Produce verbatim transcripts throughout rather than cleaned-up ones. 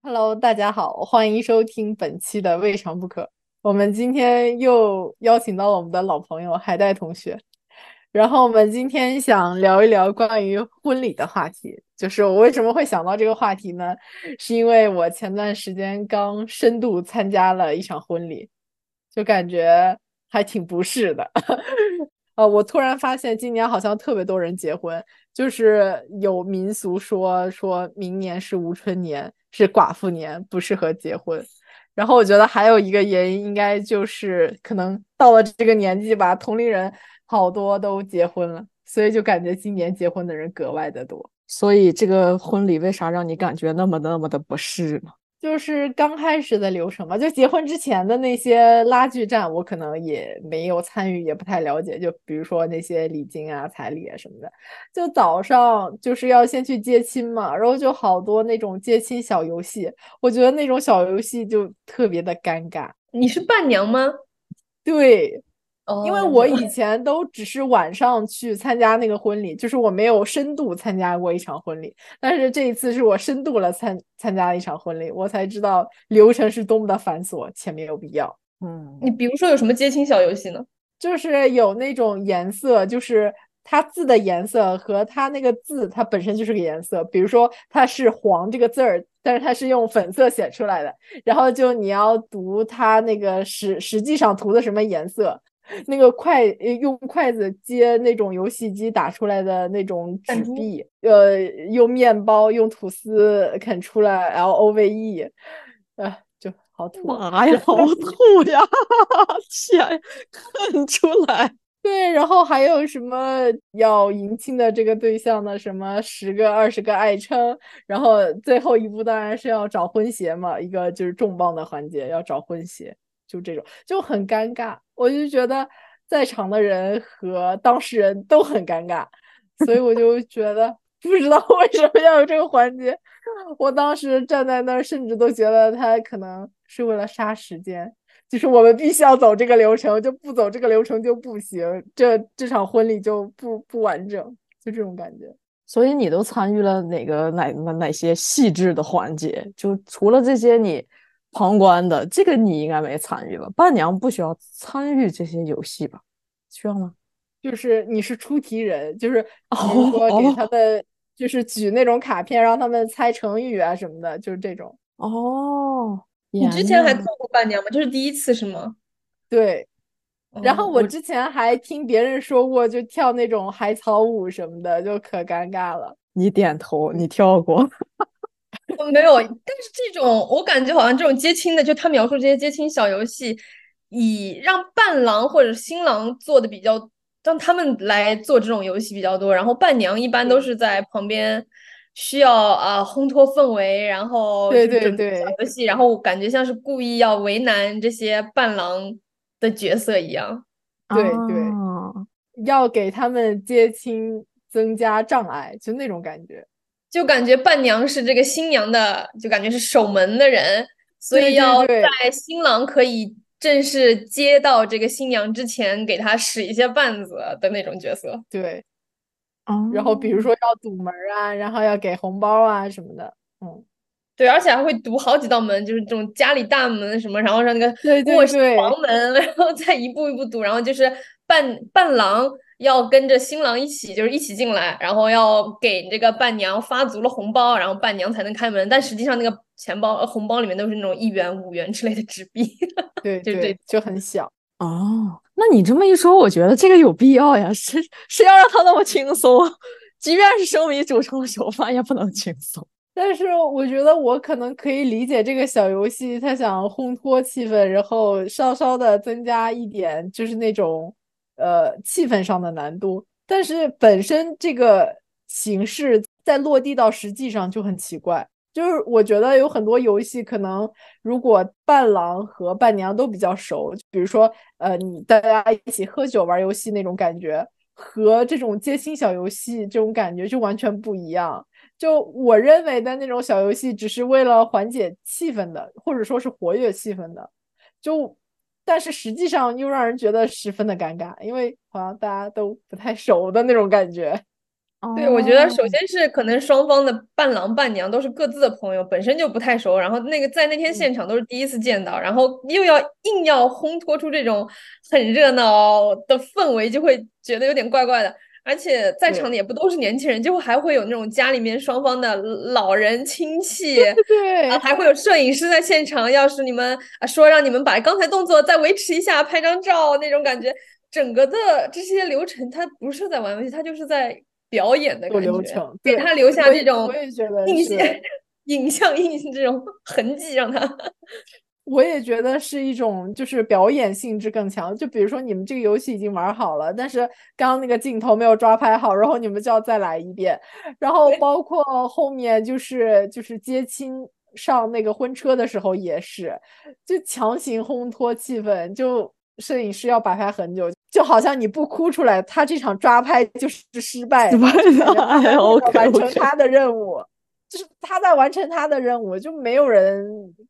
Hello，大家好，欢迎收听本期的《未尝不可》。我们今天又邀请到了我们的老朋友海带同学，然后我们今天想聊一聊关于婚礼的话题。就是我为什么会想到这个话题呢？是因为我前段时间刚深度参加了一场婚礼，就感觉还挺不适的。呃，我突然发现今年好像特别多人结婚，就是有民俗说说明年是无春年，是寡妇年，不适合结婚。然后我觉得还有一个原因，应该就是可能到了这个年纪吧，同龄人好多都结婚了，所以就感觉今年结婚的人格外的多。 所以这个婚礼为啥让你感觉那么那么的不适呢？ 就是刚开始的流程嘛，就结婚之前的那些拉锯战，我可能也没有参与，也不太了解。就比如说那些礼金啊、彩礼啊什么的，就早上就是要先去接亲嘛，然后就好多那种接亲小游戏，我觉得那种小游戏就特别的尴尬。 你是伴娘吗？ 对，因哦， 为了解了。 我以前都只是晚上去参加那个婚礼，就是我没有深度参加过一场婚礼。但是这一次是我深度了参参加了一场婚礼，我才知道流程是多么的繁琐且没有必要。 嗯， 你比如说有什么接亲小游戏呢？ 就是有那种颜色，就是它字的颜色和它那个字它本身就是个颜色，比如说它是黄这个字儿，但是它是用粉色写出来的，然后就你要读它那个实实际上涂的什么颜色。那个筷用筷子接那种游戏机打出来的那种纸弹珠。 币，呃，用面包用吐司啃出来 L O V E，呃，就好土。 妈呀，好土呀！天，看出来。 对，然后还有什么要迎亲的这个对象的什么十个、二十个爱称，然后最后一步当然是要找婚鞋嘛，一个就是重磅的环节，要找婚鞋，就这种就很尴尬。我就觉得在场的人和当事人都很尴尬，所以我就觉得不知道为什么要有这个环节。我当时站在那儿，甚至都觉得他可能是为了杀时间。就是我们必须要走这个流程，就不走这个流程就不行，这这场婚礼就不不完整，就这种感觉。 所以你都参与了哪个哪哪哪些细致的环节？就除了这些你旁观的，这个你应该没参与吧？伴娘不需要参与这些游戏吧？需要吗？ 就是你是出题人，就是比如哦说给他哦们就是举那种卡片，让他们猜成语啊什么的，就是这种。 哦， 你之天呐， 前还做过伴娘吗？这是第一次是吗？ 对，然后哦，我我之前还听别人说过，就跳那种海草舞什么的，就可尴尬了。 你点头，你跳过。 我没有，但是这种我感觉好像这种接亲的，就他描述这些接亲小游戏，以让伴郎或者新郎做的比较，让他们来做这种游戏比较多，然后伴娘一般都对是在旁边需要啊、烘托氛围，然后对就是准备小对对游戏，然后感觉像是故意要为难这些伴郎的角色一样。 对对， 啊， 要给他们接亲增加障碍，就那种感觉。 就感觉伴娘是这个新娘的，就感觉是守门的人，所对以要对对在新郎可以正式接到这个新娘之前，给他使一些绊子的那种角色。 对，然后比如哦， 说要堵门啊，然后要给红包啊什么的。嗯， 对，而且还会堵好几道门，就是这种家里大门什么，然后让那个对卧室对对房门，然后再一步一步堵，然后就是伴伴郎要跟着新郎一起，就是一起进来，然后要给这个伴娘发足了红包，然后伴娘才能开门。但实际上那个钱包、呃红包里面都是那种一元、五元之类的纸币，就是这。 对对，就很小。 哦，那你这么一说，我觉得这个有必要呀。谁谁要让他那么轻松？即便是生米煮成熟饭，也不能轻松。 但是我觉得我可能可以理解这个小游戏，他想烘托气氛，然后稍稍的增加一点就是那种呃气氛上的难度。但是本身这个形式在落地到实际上就很奇怪。就是我觉得有很多游戏，可能如果伴郎和伴娘都比较熟，比如说呃你大家一起喝酒玩游戏那种感觉，和这种接亲小游戏这种感觉就完全不一样。就我认为的那种小游戏，只是为了缓解气氛的，或者说是活跃气氛的，就但是实际上又让人觉得十分的尴尬，因为好像大家都不太熟的那种感觉。 对，我觉得哦， 首先是可能双方的伴郎伴娘都是各自的朋友，本身就不太熟，然后那个在那天嗯， 现场都是第一次见到，然后又要硬要烘托出这种很热闹的氛围，就会觉得有点怪怪的。而且在场的对也不都是年轻人，就还会有那种家里面双方的老人亲戚，啊， 对， 还会有摄影师在现场。要是你们啊说让你们把刚才动作再维持一下，拍张照那种感觉，整个的这些流程，它不是在玩游戏，它就是在表演的有感觉， 流程，对给他留下我也我这种也觉得印象、 是。 影像印这种痕迹，让他我也觉得是一种就是表演性质更强。就比如说你们这个游戏已经玩好了，但是刚刚那个镜头没有抓拍好，然后你们就要再来一遍。然后对包括后面就是就是接亲上那个婚车的时候也是，就强行烘托气氛，就摄影师要摆拍很久，就好像你不哭出来，他这场抓拍就是失败的， 失败就感觉了，哎他在为了 ，OK 完成 OK。 他的任务。就是他在完成他的任务，就没有人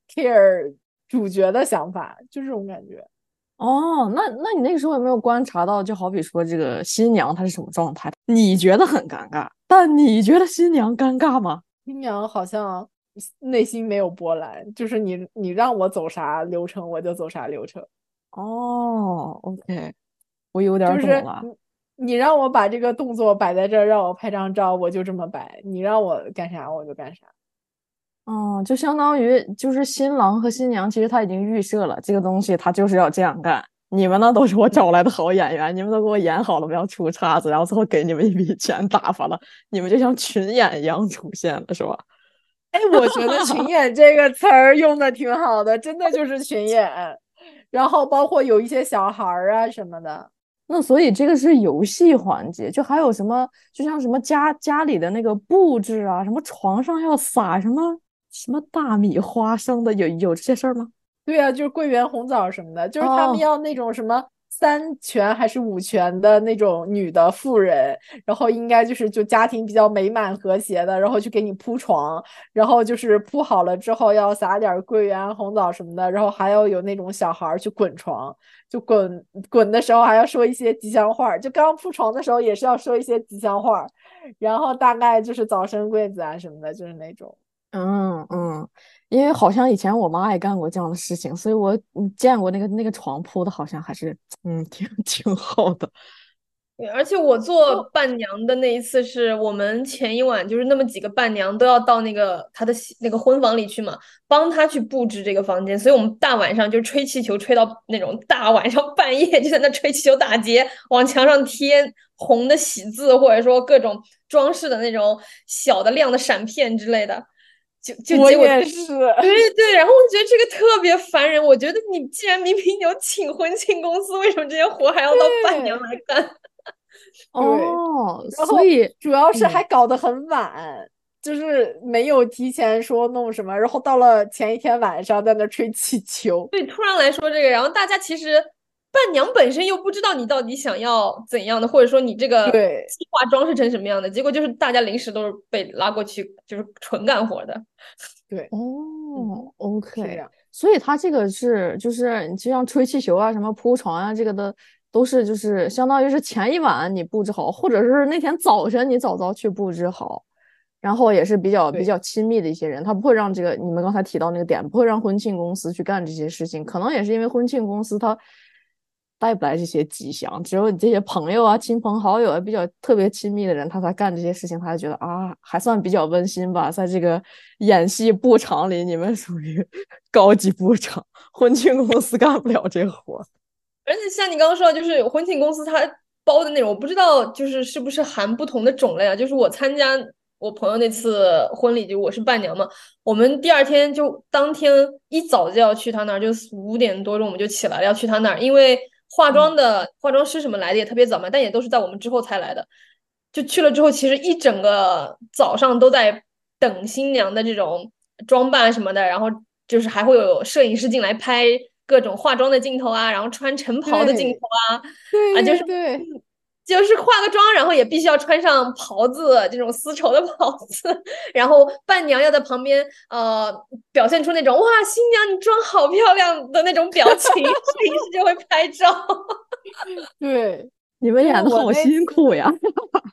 care 主角的想法，就这种感觉。 哦，那那你那个时候有没有观察到，就好比说这个新娘她是什么状态？你觉得很尴尬，但你觉得新娘尴尬吗？ 新娘好像内心没有波澜，就是你你让我走啥流程我就走啥流程， 哦，OK，我有点就是儿懂了。 你你让我把这个动作摆在这儿，让我拍张照，我就这么摆；你让我干啥我就干啥。 哦，就相当于就是新郎和新娘，其实他已经预设了这个东西，他就是要这样干。你们呢都是我找来的好演员，你们都给我演好了，不要出岔子，然后最后给你们一笔钱打发了，你们就像群演一样出现了，是吧？ 哎，我觉得群演这个词儿用的挺好的，真的就是群演。然后包括有一些小孩儿啊什么的。 那所以这个是游戏环节，就还有什么，就像什么家家里的那个布置啊，什么床上要撒什么什么大米花生的，有有这些事儿吗？ 对啊，就是桂圆红枣什么的，就是他们哦， 要那种什么三全还是五全的那种女的妇人，然后应该就是就家庭比较美满和谐的，然后去给你铺床，然后就是铺好了之后要撒点桂圆红枣什么的，然后还要有那种小孩儿去滚床，就滚滚的时候还要说一些吉祥话，就刚铺床的时候也是要说一些吉祥话，然后大概就是早生贵子啊什么的，就是那种。 嗯嗯，因为好像以前我妈也干过这样的事情，所以我嗯见过那个那个床铺的，好像还是嗯挺挺好的。 对，而且我做伴娘的那一次，是我们前一晚就是那么几个伴娘都要到那个她的喜那个婚房里去嘛，帮她去布置这个房间，所以我们大晚上就吹气球，吹到那种大晚上半夜就在那吹气球打结，往墙上贴红的喜字，或者说各种装饰的那种小的亮的闪片之类的，就就我结果。 也是。 对对，然后我觉得这个特别烦人。我觉得你既然明明有请婚庆公司，为什么这些活还要到伴娘对来干？ 对， 哦， 然后所以主要是还嗯， 搞得很晚，就是没有提前说弄什么，然后到了前一天晚上在那吹气球。 对，突然来说这个，然后大家其实伴娘本身又不知道你到底想要怎样的，或者说你这个对计划装饰成什么样的，结果就是大家临时都是被拉过去，就是纯干活的。 对，嗯， 哦是这 ，OK， 样。 所以它这个是就是就像吹气球啊、什么铺床啊，这个的都是就是相当于是前一晚你布置好，或者是那天早晨你早早去布置好，然后也是比较比对较亲密的一些人，他不会让这个你们刚才提到那个点，不会让婚庆公司去干这些事情，可能也是因为婚庆公司他带不来这些吉祥，只有你这些朋友啊、亲朋好友啊比较特别亲密的人，他才干这些事情，他就觉得啊还算比较温馨吧，在这个演戏布场里，你们属于高级布场，婚庆公司干不了这活。 而且像你刚刚说的，就是婚庆公司它包的那种，我不知道就是是不是含不同的种类啊。就是我参加我朋友那次婚礼，就我是伴娘嘛，我们第二天就当天一早就要去他那儿，就五点多钟我们就起来了要去他那儿，因为化妆嗯， 的化妆师什么来的也特别早嘛，但也都是在我们之后才来的。就去了之后，其实一整个早上都在等新娘的这种装扮什么的，然后就是还会有摄影师进来拍各种化妆的镜头啊，然后穿晨袍的镜头对啊，啊，就是对对对就是化个妆，然后也必须要穿上袍子，这种丝绸的袍子，然后伴娘要在旁边呃表现出那种哇新娘你妆好漂亮的那种表情，摄影师就会拍照。 对， 你们就是演的好我那次。 辛苦呀！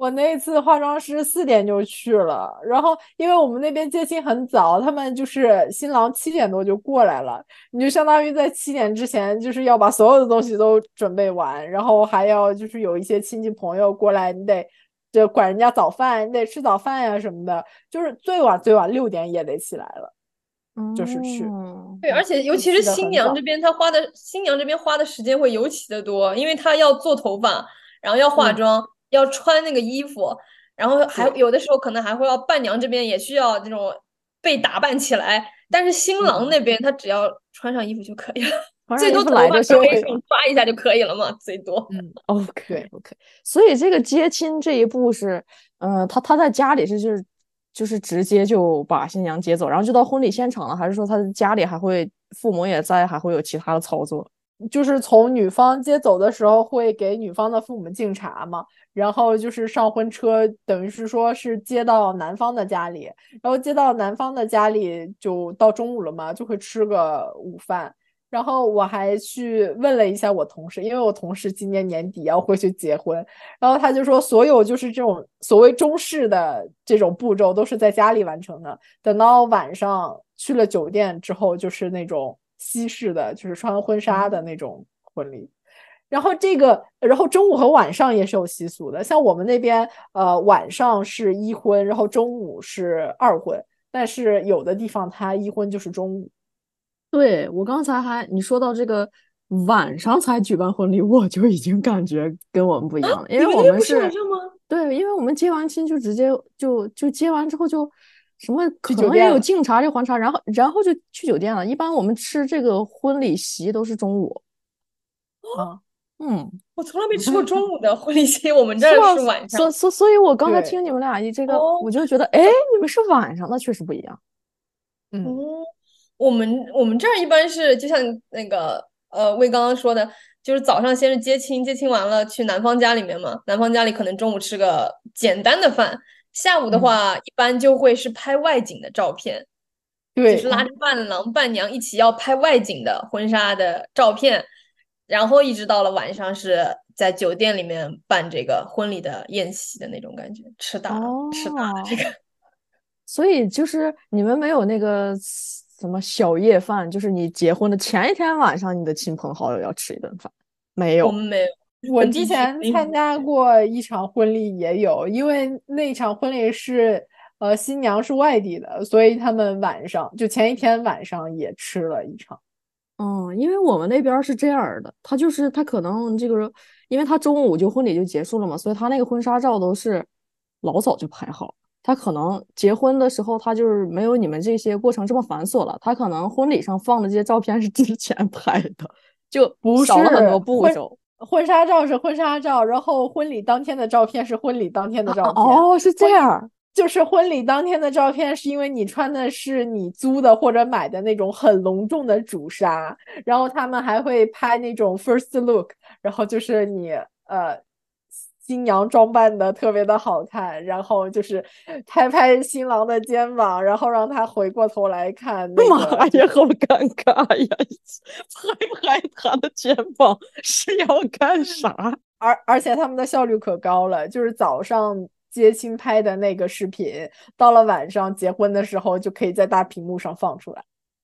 我那次化妆师四点就去了，然后因为我们那边接亲很早，他们就是新郎七点多就过来了，你就相当于在七点之前就是要把所有的东西都准备完，然后还要就是有一些亲戚朋友过来，你得就管人家早饭，你得吃早饭呀什么的，就是最晚最晚六点也得起来了，就是去。 嗯， 对，而且尤就其是起得很早新娘这边，她花的新娘这边花的时间会尤其的多，因为她要做头发，然后要化嗯， 妆，要穿那个衣服，然后还对， 有的时候可能还会要伴娘这边也需要这种被打扮起来，但是新郎嗯， 那边他只要穿上衣服就可以了， 穿上衣服最多头来就行。 发稍微对， 上抓一下就可以了嘛，最多。 嗯， OK 对。 OK，所以这个接亲这一步是，嗯、他他在家里是就是就是直接就把新娘接走，然后就到婚礼现场了，还是说他家里还会父母也在，还会有其他的操作？ 就是从女方接走的时候会给女方的父母敬茶嘛，然后就是上婚车，等于是说是接到男方的家里，然后接到男方的家里就到中午了嘛，就会吃个午饭。然后我还去问了一下我同事，因为我同事今年年底要回去结婚，然后他就说所有就是这种所谓中式的这种步骤都是在家里完成的，等到晚上去了酒店之后，就是那种西式的，就是穿婚纱的那种婚礼。然后这个，然后中午和晚上也是有习俗的，像我们那边，呃，晚上是一婚，然后中午是二婚，但是有的地方它一婚就是中午。 对，我刚才还你说到这个晚上才举办婚礼，我就已经感觉跟我们不一样了，因为你们那边不是晚我们是， 上吗？ 对，因为我们接完亲就直接就就接完之后就什么去可能也酒店了有敬茶这还茶，然后然后就去酒店了。一般我们吃这个婚礼席都是中午， 啊， 嗯， 我从来没吃过中午的婚礼席，我们这是吗？ 儿是晚上。 所所所以，我刚才对， 听你们俩一这个， 哦， 我就觉得，哎，你们是晚上，那确实不一样。 嗯， 哦，我们我们这儿一般是就像那个呃魏刚刚说的，就是早上先是接亲，接亲完了去男方家里面嘛，男方家里可能中午吃个简单的饭，下午的嗯， 话一般就会是拍外景的照片，就是对， 拉着伴郎伴娘一起要拍外景的婚纱的照片，然后一直到了晚上是在酒店里面办这个婚礼的宴席的那种感觉，吃大吃大的这哦， 个。 所以就是你们没有那个什么小夜饭，就是你结婚的前一天晚上，你的亲朋好友要吃一顿饭，没有。 我们没有， 我之很地区前参加过一场婚礼，也有，因为那场婚礼是呃新娘是外地的，所以他们晚上就前一天晚上也吃了一场。 嗯，因为我们那边儿是这样儿的，他就是他可能这个，因为他中午就婚礼就结束了嘛，所以他那个婚纱照都是老早就拍好。他可能结婚的时候，他就是没有你们这些过程这么繁琐了。他可能婚礼上放的这些照片是之前拍的，就不少了很多是婚步骤。 婚纱照是婚纱照，然后婚礼当天的照片是婚礼当天的啊啊照片。 哦，是这婚样儿。 就是婚礼当天的照片，是因为你穿的是你租的或者买的那种很隆重的主纱，然后他们还会拍那种 first look，然后就是你呃新娘装扮的特别的好看，然后就是拍拍新郎的肩膀，然后让他回过头来看那妈个。 呀，好尴尬呀！拍拍他的肩膀是要干啥？ 而而且他们的效率可高了，就是早上接亲拍的那个视频，到了晚上结婚的时候就可以在大屏幕上放出来。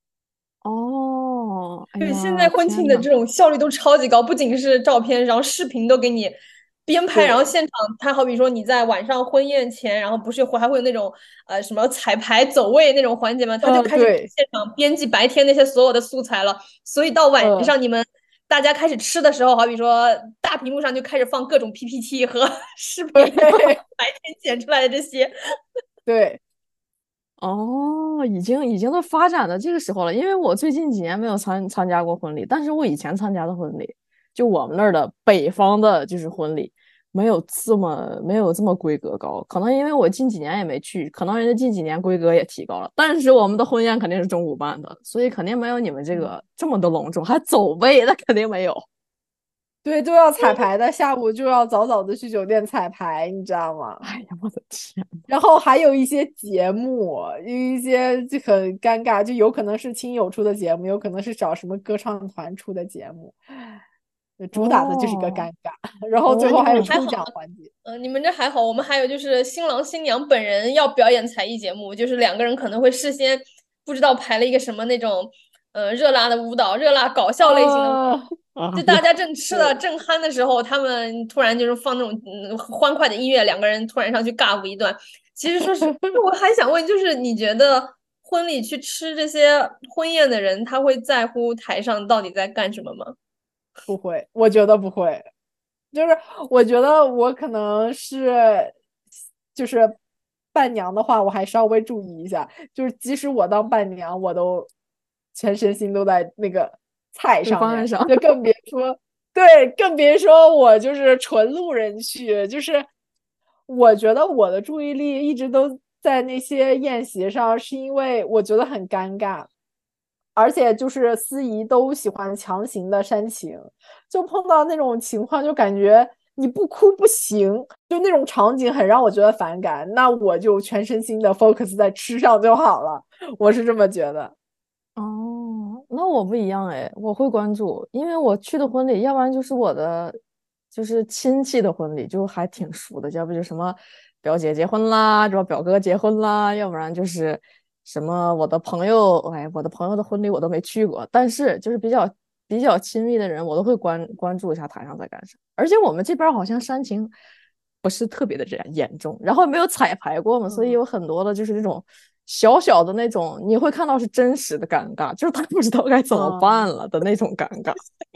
哦，哎对，现在呀， 婚庆的天呐， 这种效率都超级高，不仅是照片，然后视频都给你编拍，然后对， 现场，他好比说你在晚上婚宴前，然后不是会还会有那种呃什么彩排走位那种环节吗？他就呃， 开始对， 现场编辑白天那些所有的素材了，所以到晚呃， 上你们大家开始吃的时候，好比说大屏幕上就开始放各种 P P T 和视频， 对， 白天剪出来的这些。 对， 哦，已经已经都发展到这个时候了。因为我最近几年没有参参加过婚礼，但是我以前参加的婚礼，就我们那儿的北方的，就是婚礼，没有这么没有这么规格高。可能因为我近几年也没去，可能人家近几年规格也提高了。但是我们的婚宴肯定是中午办的，所以肯定没有你们这嗯， 个这么的隆重，还走位，那肯定没有。 对，都要彩排的，下午就要早早的去酒店彩排，你知道吗？ 哎呀，我的天！ 然后还有一些节目，有一些就很尴尬，就有可能是亲友出的节目，有可能是找什么歌唱团出的节目。 主打的就是一个哦尴尬，然后哦， 最后你们还有抽还好， 奖环节。 嗯、你们这还好，我们还有就是新郎新娘本人要表演才艺节目，就是两个人可能会事先不知道排了一个什么那种呃热辣的舞蹈，热辣搞笑类型的舞蹈。 啊， 啊， 就大家正吃的对， 正酣的时候，他们突然就是放那种嗯欢快的音乐，两个人突然上去尬舞一段。其实说是，我还想问，就是你觉得婚礼去吃这些婚宴的人，他会在乎台上到底在干什么吗？ 不会，我觉得不会。就是我觉得我可能是，就是伴娘的话，我还稍微注意一下。就是即使我当伴娘，我都全身心都在那个菜吃上面， 饭上。 就更别说，对，更别说我就是纯路人去。就是我觉得我的注意力一直都在那些宴席上，是因为我觉得很尴尬。而且就是司仪都喜欢强行的煽情，就碰到那种情况，就感觉你不哭不行，就那种场景很让我觉得反感。那我就全身心的 focus 在吃上就好了，我是这么觉得。 哦，那我不一样哎，我会关注，因为我去的婚礼，要不然就是我的，就是亲戚的婚礼，就还挺熟的，要不就什么表姐结婚啦，是吧？表哥结婚啦，要不然就是什么我的朋友，哎，我的朋友的婚礼我都没去过，但是就是比较比较亲密的人，我都会关关注一下台上在干啥。而且我们这边好像煽情不是特别的这样严重，然后没有彩排过嘛，所以嗯有很多的就是这种小小的那种，你会看到是真实的尴尬，就是他不知道该怎么办嗯， 了的那种尴尬。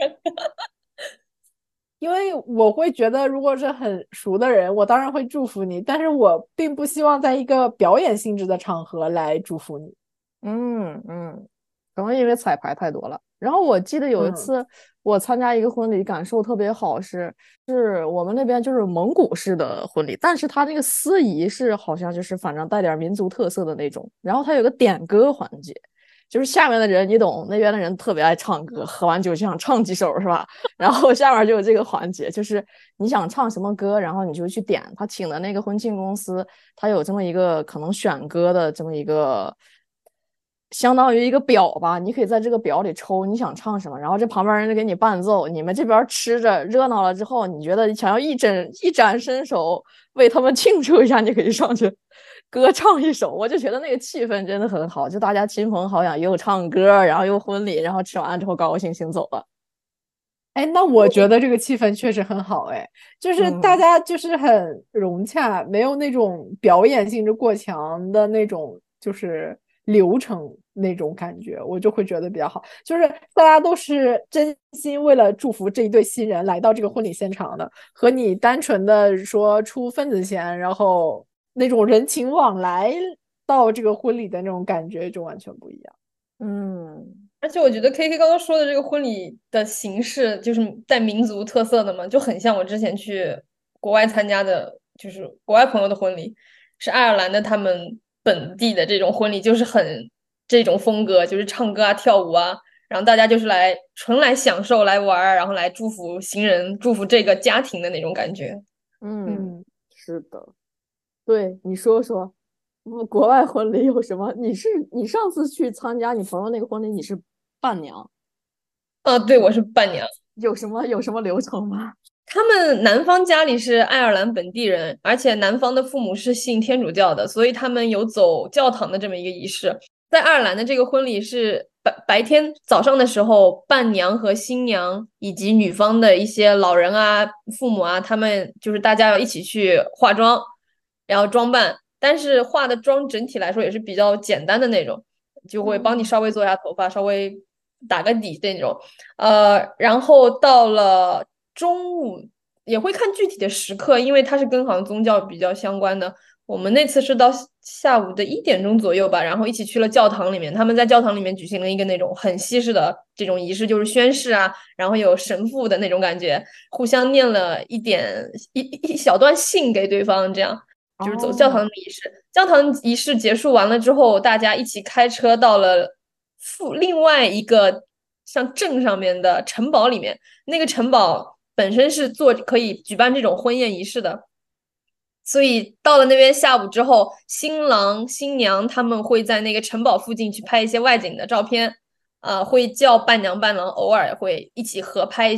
因为我会觉得，如果是很熟的人，我当然会祝福你，但是我并不希望在一个表演性质的场合来祝福你。 嗯嗯，可能因为彩排太多了。然后我记得有一嗯次我参加一个婚礼，感受特别好是，是我们那边就是蒙古式的婚礼，但是他那个司仪是好像就是反正带点民族特色的那种。然后他有个点歌环节，就是下面的人你懂，那边的人特别爱唱歌，喝完酒就想唱几首是吧？然后下面就有这个环节，就是你想唱什么歌，然后你就去点他请的那个婚庆公司，他有这么一个可能选歌的这么一个。相当于一个表吧，你可以在这个表里抽你想唱什么，然后这旁边人就给你伴奏，你们这边吃着热闹了之后，你觉得想要一展一展身手为他们庆祝一下，你可以上去歌唱一首。我就觉得那个气氛真的很好，就大家亲朋好友又唱歌，然后又婚礼，然后吃完之后高高兴兴走了。 哎，那我觉得这个气氛确实很好，哎，就是大嗯家就是很融洽，没有那种表演性质过强的那种，就是流程那种感觉，我就会觉得比较好。就是大家都是真心为了祝福这一对新人来到这个婚礼现场的，和你单纯的说出份子钱，然后那种人情往来到这个婚礼的那种感觉就完全不一样。 嗯而且我觉得 K K 刚刚说的这个婚礼的形式，就是带民族特色的嘛，就很像我之前去国外参加的，就是国外朋友的婚礼，是爱尔兰的他们本地的这种婚礼，就是很这种风格，就是唱歌啊、跳舞啊，然后大家就是来纯来享受、来玩儿，然后来祝福新人、祝福这个家庭的那种感觉。 嗯， 嗯。 是的，对，你说说，嗯国外婚礼有什么？你是你上次去参加你朋友那个婚礼，你是伴娘， 啊，对，我是伴娘。 有什么有什么流程吗？ 他们男方家里是爱尔兰本地人，而且男方的父母是信天主教的，所以他们有走教堂的这么一个仪式。在爱尔兰的这个婚礼是白白天早上的时候，伴娘和新娘以及女方的一些老人啊、父母啊，他们就是大家要一起去化妆，然后装扮。但是化的妆整体来说也是比较简单的那种，就会帮你嗯稍微做一下头发，稍微打个底的那种。呃，然后到了中午也会看具体的时刻，因为它是跟好像宗教比较相关的。我们那次是到下午的一点钟左右吧，然后一起去了教堂里面。他们在教堂里面举行了一个那种很西式的这种仪式，就是宣誓啊，然后有神父的那种感觉，互相念了一点一一小段信给对方，这样就是走教堂哦， 的仪式。教堂仪式结束完了之后，大家一起开车到了附另外一个像镇上面的城堡里面。那个城堡本身是做可以举办这种婚宴仪式的，所以到了那边下午之后，新郎新娘他们会在那个城堡附近去拍一些外景的照片，呃，会叫伴娘伴郎偶尔会一起合拍一些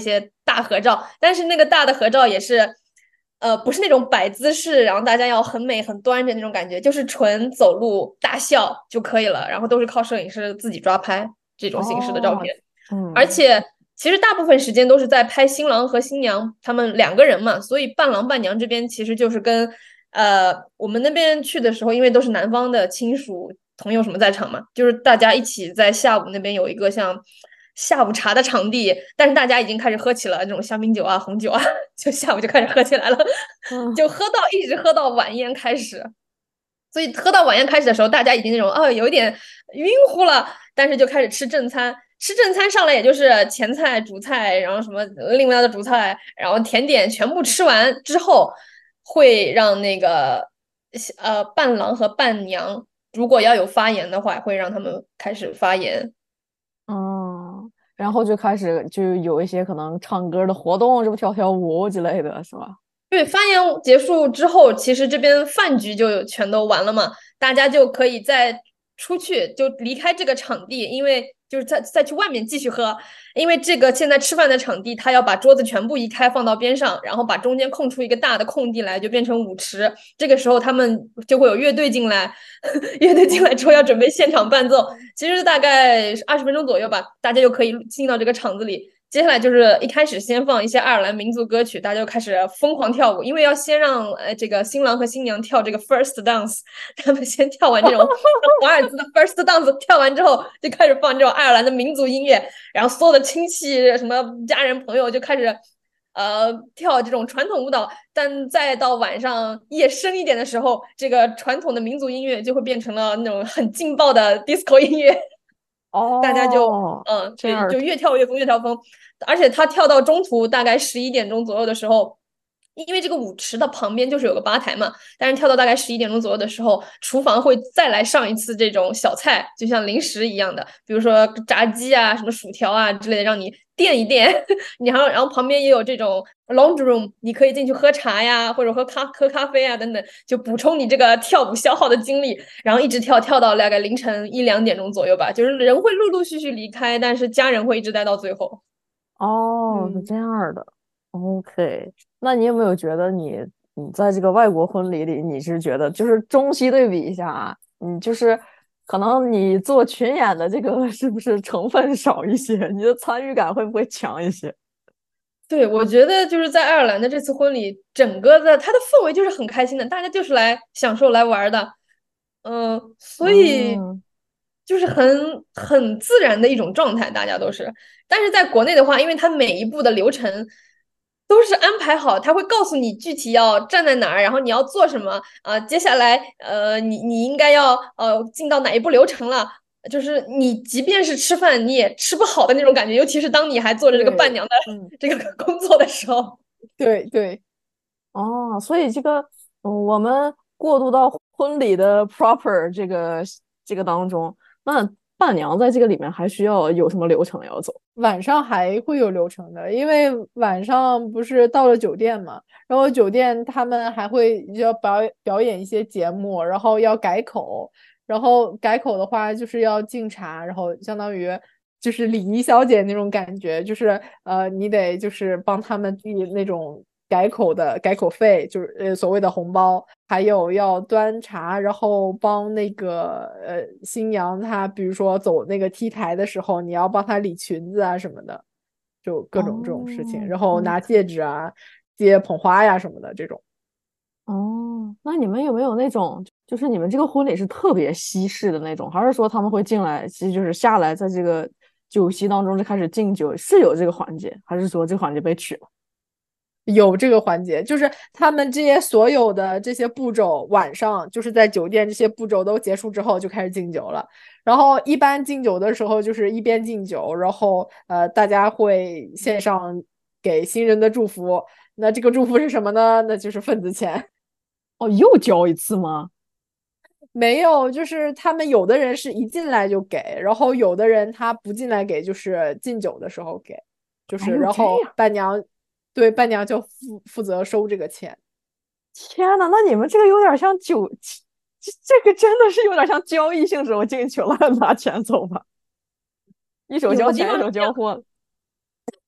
大合照，但是那个大的合照也是，呃，不是那种摆姿势，然后大家要很美很端着那种感觉，就是纯走路大笑就可以了，然后都是靠摄影师自己抓拍这种形式的照哦， 片，而嗯， 且其实大部分时间都是在拍新郎和新娘他们两个人嘛，所以伴郎伴娘这边其实就是跟呃我们那边去的时候，因为都是南方的亲属朋友什么在场嘛，就是大家一起在下午那边有一个像下午茶的场地，但是大家已经开始喝起了这种香槟酒啊、红酒啊，就下午就开始喝起来了， 嗯， 就喝到一直喝到晚宴开始。所以喝到晚宴开始的时候，大家已经那种哦有一点晕乎了，但是就开始吃正餐。吃正餐上来也就是前菜、主菜，然后什么另外的主菜，然后甜点全部吃完之后，会让那个呃伴郎和伴娘如果要有发言的话，会让他们开始发言。 嗯，然后就开始就有一些可能唱歌的活动，什么跳跳舞之类的，是吧？ 对，发言结束之后，其实这边饭局就全都完了嘛，大家就可以再出去，就离开这个场地，因为就是再再去外面继续喝，因为这个现在吃饭的场地，他要把桌子全部移开放到边上，然后把中间空出一个大的空地来，就变成舞池。这个时候他们就会有乐队进来，乐队进来之后要准备现场伴奏，其实大概二十分钟左右吧，大家就可以进到这个场子里。接下来就是一开始先放一些爱尔兰民族歌曲，大家就开始疯狂跳舞，因为要先让呃这个新郎和新娘跳这个 first dance，他们先跳完这种华尔兹的 first dance，跳完之后就开始放这种爱尔兰的民族音乐，然后所有的亲戚什么家人朋友就开始呃跳这种传统舞蹈，但再到晚上夜深一点的时候，这个传统的民族音乐就会变成了那种很劲爆的 disco 音乐。大家就哦， 嗯，对， 这样的， 就越跳越疯，越跳疯。而且他跳到中途大概十一点钟左右的时候，因为这个舞池的旁边就是有个吧台嘛，但是跳到大概十一点钟左右的时候，厨房会再来上一次这种小菜，就像零食一样的，比如说炸鸡啊、什么薯条啊之类的，让你垫一垫。然后，然后旁边也有这种 lounge room，你可以进去喝茶呀，或者喝咖喝咖啡啊等等，就补充你这个跳舞消耗的精力。然后一直跳跳到大概凌晨一两点钟左右吧，就是人会陆陆续续离开，但是家人会一直待到最后。 哦，是嗯， 这样的。OK，那你有没有觉得你你在这个外国婚礼里，你是觉得就是中西对比一下啊，你就是可能你做群演的这个是不是成分少一些，你的参与感会不会强一些？ 对，我觉得就是在爱尔兰的这次婚礼，整个的它的氛围就是很开心的，大家就是来享受来玩的，嗯，所以嗯， 就是很很自然的一种状态，大家都是。但是在国内的话，因为它每一步的流程都是安排好，他会告诉你具体要站在哪儿，然后你要做什么啊、接下来呃，你你应该要呃进到哪一步流程了。就是你即便是吃饭，你也吃不好的那种感觉，尤其是当你还做着这个伴对， 娘的嗯， 这个工作的时候。 对对， 哦，所以这个，嗯，我们过渡到婚礼的 proper 这个这个当中，那伴娘在这个里面还需要有什么流程要走？ 晚上还会有流程的，因为晚上不是到了酒店嘛，然后酒店他们还会要表表演一些节目，然后要改口，然后改口的话就是要敬茶，然后相当于就是礼仪小姐那种感觉，就是呃你得就是帮他们递那种改口的改口费，就是呃所谓的红包，还有要端茶，然后帮那个呃新娘她比如说走那个 T 台的时候，你要帮她理裙子啊什么的，就各种这种事情， 哦然后拿戒 ，OK， 指啊、接捧花呀什么的这种。 哦，那你们有没有那种，就是你们这个婚礼是特别西式的那种，还是说他们会进来，其实就是下来在这个酒席当中就开始敬酒，是有这个环节，还是说这个环节被取了？ 有这个环节，就是他们这些所有的这些步骤，晚上就是在酒店这些步骤都结束之后就开始敬酒了。然后一般敬酒的时候，就是一边敬酒，然后呃，大家会献上给新人的祝福。那这个祝福是什么呢？那就是份子钱。 哦，又交一次吗？ 没有，就是他们有的人是一进来就给，然后有的人他不进来给，就是敬酒的时候给，就是然还有这样？ 后伴娘，对，伴娘就负负责收这个钱。 天呐，那你们这个有点像酒，这这个真的是有点像交易性质，我进去了拿钱走吧，一手交钱一有的地方手交货。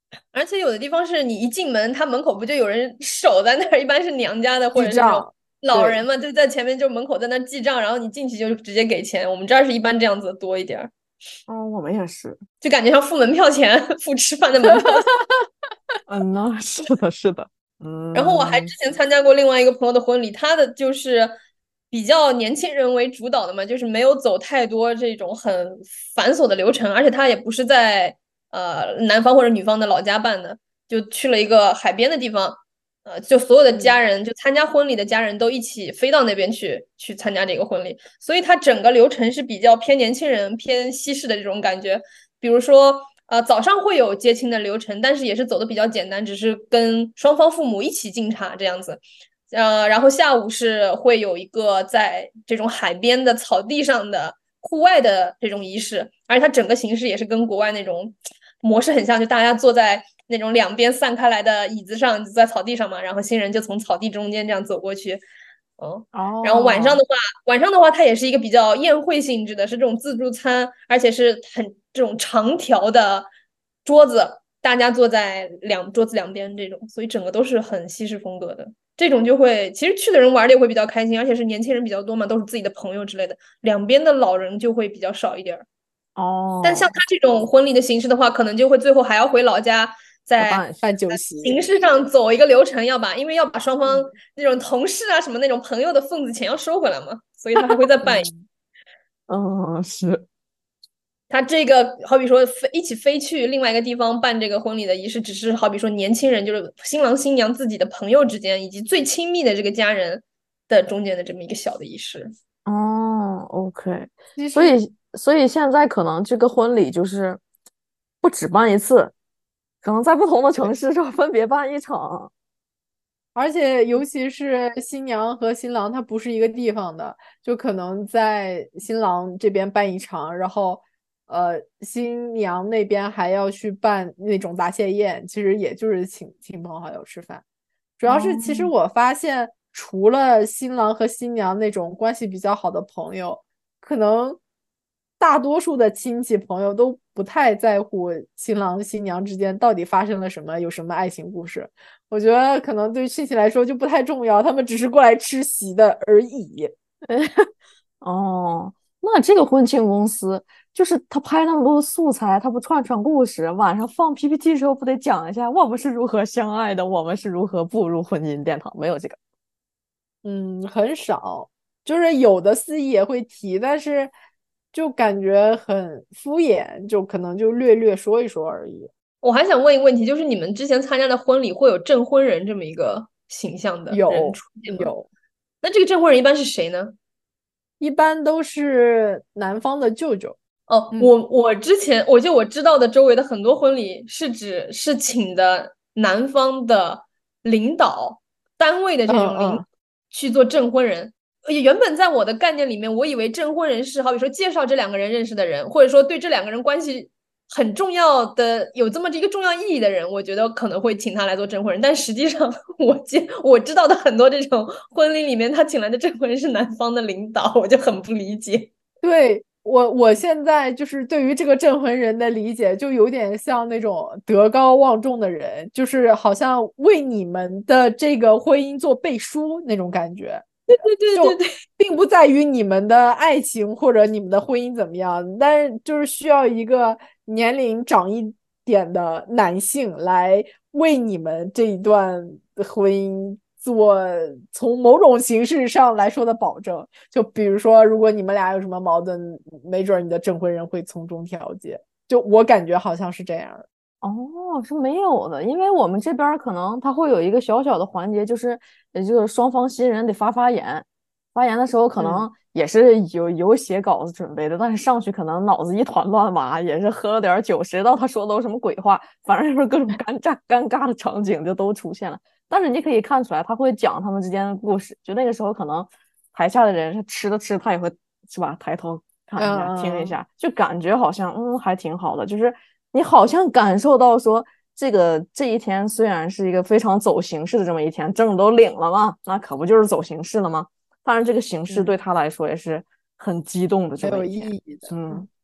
而且有的地方是你一进门，他门口不就有人守在那儿，一般是娘家的或者是那种老人嘛，就在前面就门口在那记账，然后你进去就直接给钱。我们这儿是一般这样子的多一点。 哦，我们也是， 就感觉像付门票钱，付吃饭的门票钱。 嗯呐，是的，是的， 然后我还之前参加过另外一个朋友的婚礼，他的就是比较年轻人为主导的嘛，就是没有走太多这种很繁琐的流程，而且他也不是在呃男方或者女方的老家办的，就去了一个海边的地方，呃，就所有的家人，就参加婚礼的家人都一起飞到那边去去参加这个婚礼，所以它整个流程是比较偏年轻人、偏西式的这种感觉，比如说。呃，早上会有接亲的流程，但是也是走的比较简单，只是跟双方父母一起敬茶这样子。呃，然后下午是会有一个在这种海边的草地上的户外的这种仪式，而且它整个形式也是跟国外那种模式很像，就大家坐在那种两边散开来的椅子上，就在草地上嘛，然后新人就从草地中间这样走过去。嗯，然后晚上的话，晚上的话，它也是一个比较宴会性质的，是这种自助餐，而且是很这种长条的桌子，大家坐在两桌子两边这种，所以整个都是很西式风格的。这种就会，其实去的人玩的也会比较开心，而且是年轻人比较多嘛，都是自己的朋友之类的，两边的老人就会比较少一点。 哦， 但像他这种婚礼的形式的话，可能就会最后还要回老家。在办酒席形式上走一个流程，要把因为要把双方那种同事啊什么那种朋友的份子钱要收回来嘛，所以他还会再办。 嗯，是。 他这个好比说飞一起飞去另外一个地方办这个婚礼的仪式，只是好比说年轻人就是新郎新娘自己的朋友之间以及最亲密的这个家人的中间的这么一个小的仪式。 哦，OK，所以所以现在可能这个婚礼就是不只办一次，可能在不同的城市上分别办一场。 而且尤其是新娘和新郎，他不是一个地方的，就可能在新郎这边办一场，然后呃新娘那边还要去办那种答谢宴，其实也就是请亲朋好友吃饭。主要是其实哦我发现，除了新郎和新娘那种关系比较好的朋友，可能大多数的亲戚朋友都不太在乎新郎新娘之间到底发生了什么，有什么爱情故事。我觉得可能对亲戚来说就不太重要，他们只是过来吃席的而已。 哦，那这个婚庆公司就是他拍那么多素材，他不串串故事，晚上放 P P T 时候不得讲一下我们是如何相爱的，我们是如何步入婚姻殿堂？没有这个。 嗯，很少，就是有的司仪也会提，但是就感觉很敷衍，就可能就略略说一说而已。 我还想问一个问题，就是你们之前参加的婚礼会有证婚人这么一个形象的人有出现吗？ 有， 那这个证婚人一般是谁呢？ 一般都是男方的舅舅。 哦， 嗯我我之前我就我知道的周围的很多婚礼是指是请的男方的领导单位的嗯这种领嗯， 去做证婚人。呃原本在我的概念里面，我以为证婚人是好比说介绍这两个人认识的人，或者说对这两个人关系很重要的有这么一个重要意义的人，我觉得可能会请他来做证婚人。但实际上我见我知道的很多这种婚礼里面，他请来的证婚人是男方的领导，我就很不理解。 对，我我现在就是对于这个证婚人的理解，就有点像那种德高望重的人，就是好像为你们的这个婚姻做背书那种感觉。 对对对对就对。 并不在于你们的爱情或者你们的婚姻怎么样，但是就是需要一个年龄长一点的男性来为你们这一段婚姻做从某种形式上来说的保证。就比如说，如果你们俩有什么矛盾，没准你的证婚人会从中调解。就我感觉好像是这样的。 哦，是没有的，因为我们这边可能他会有一个小小的环节，就是也就是双方新人得发发言，发言的时候可能也是有有写稿子准备的，但是上去可能脑子一团乱麻，也是喝了点酒，谁知道他说的都什么鬼话，反正就是各种尴尬尴尬的场景就都出现了。但是你可以看出来，他会讲他们之间的故事，就那个时候可能台下的人吃着吃，他也会是吧，抬头看一下，听一下，就感觉好像嗯还挺好的，就是你好像感受到说这个这一天虽然是一个非常走形式的这么一天，证都领了嘛，那可不就是走形式了吗？当然这个形式对他来说也是很激动的这很有意么一天。 义的。 嗯，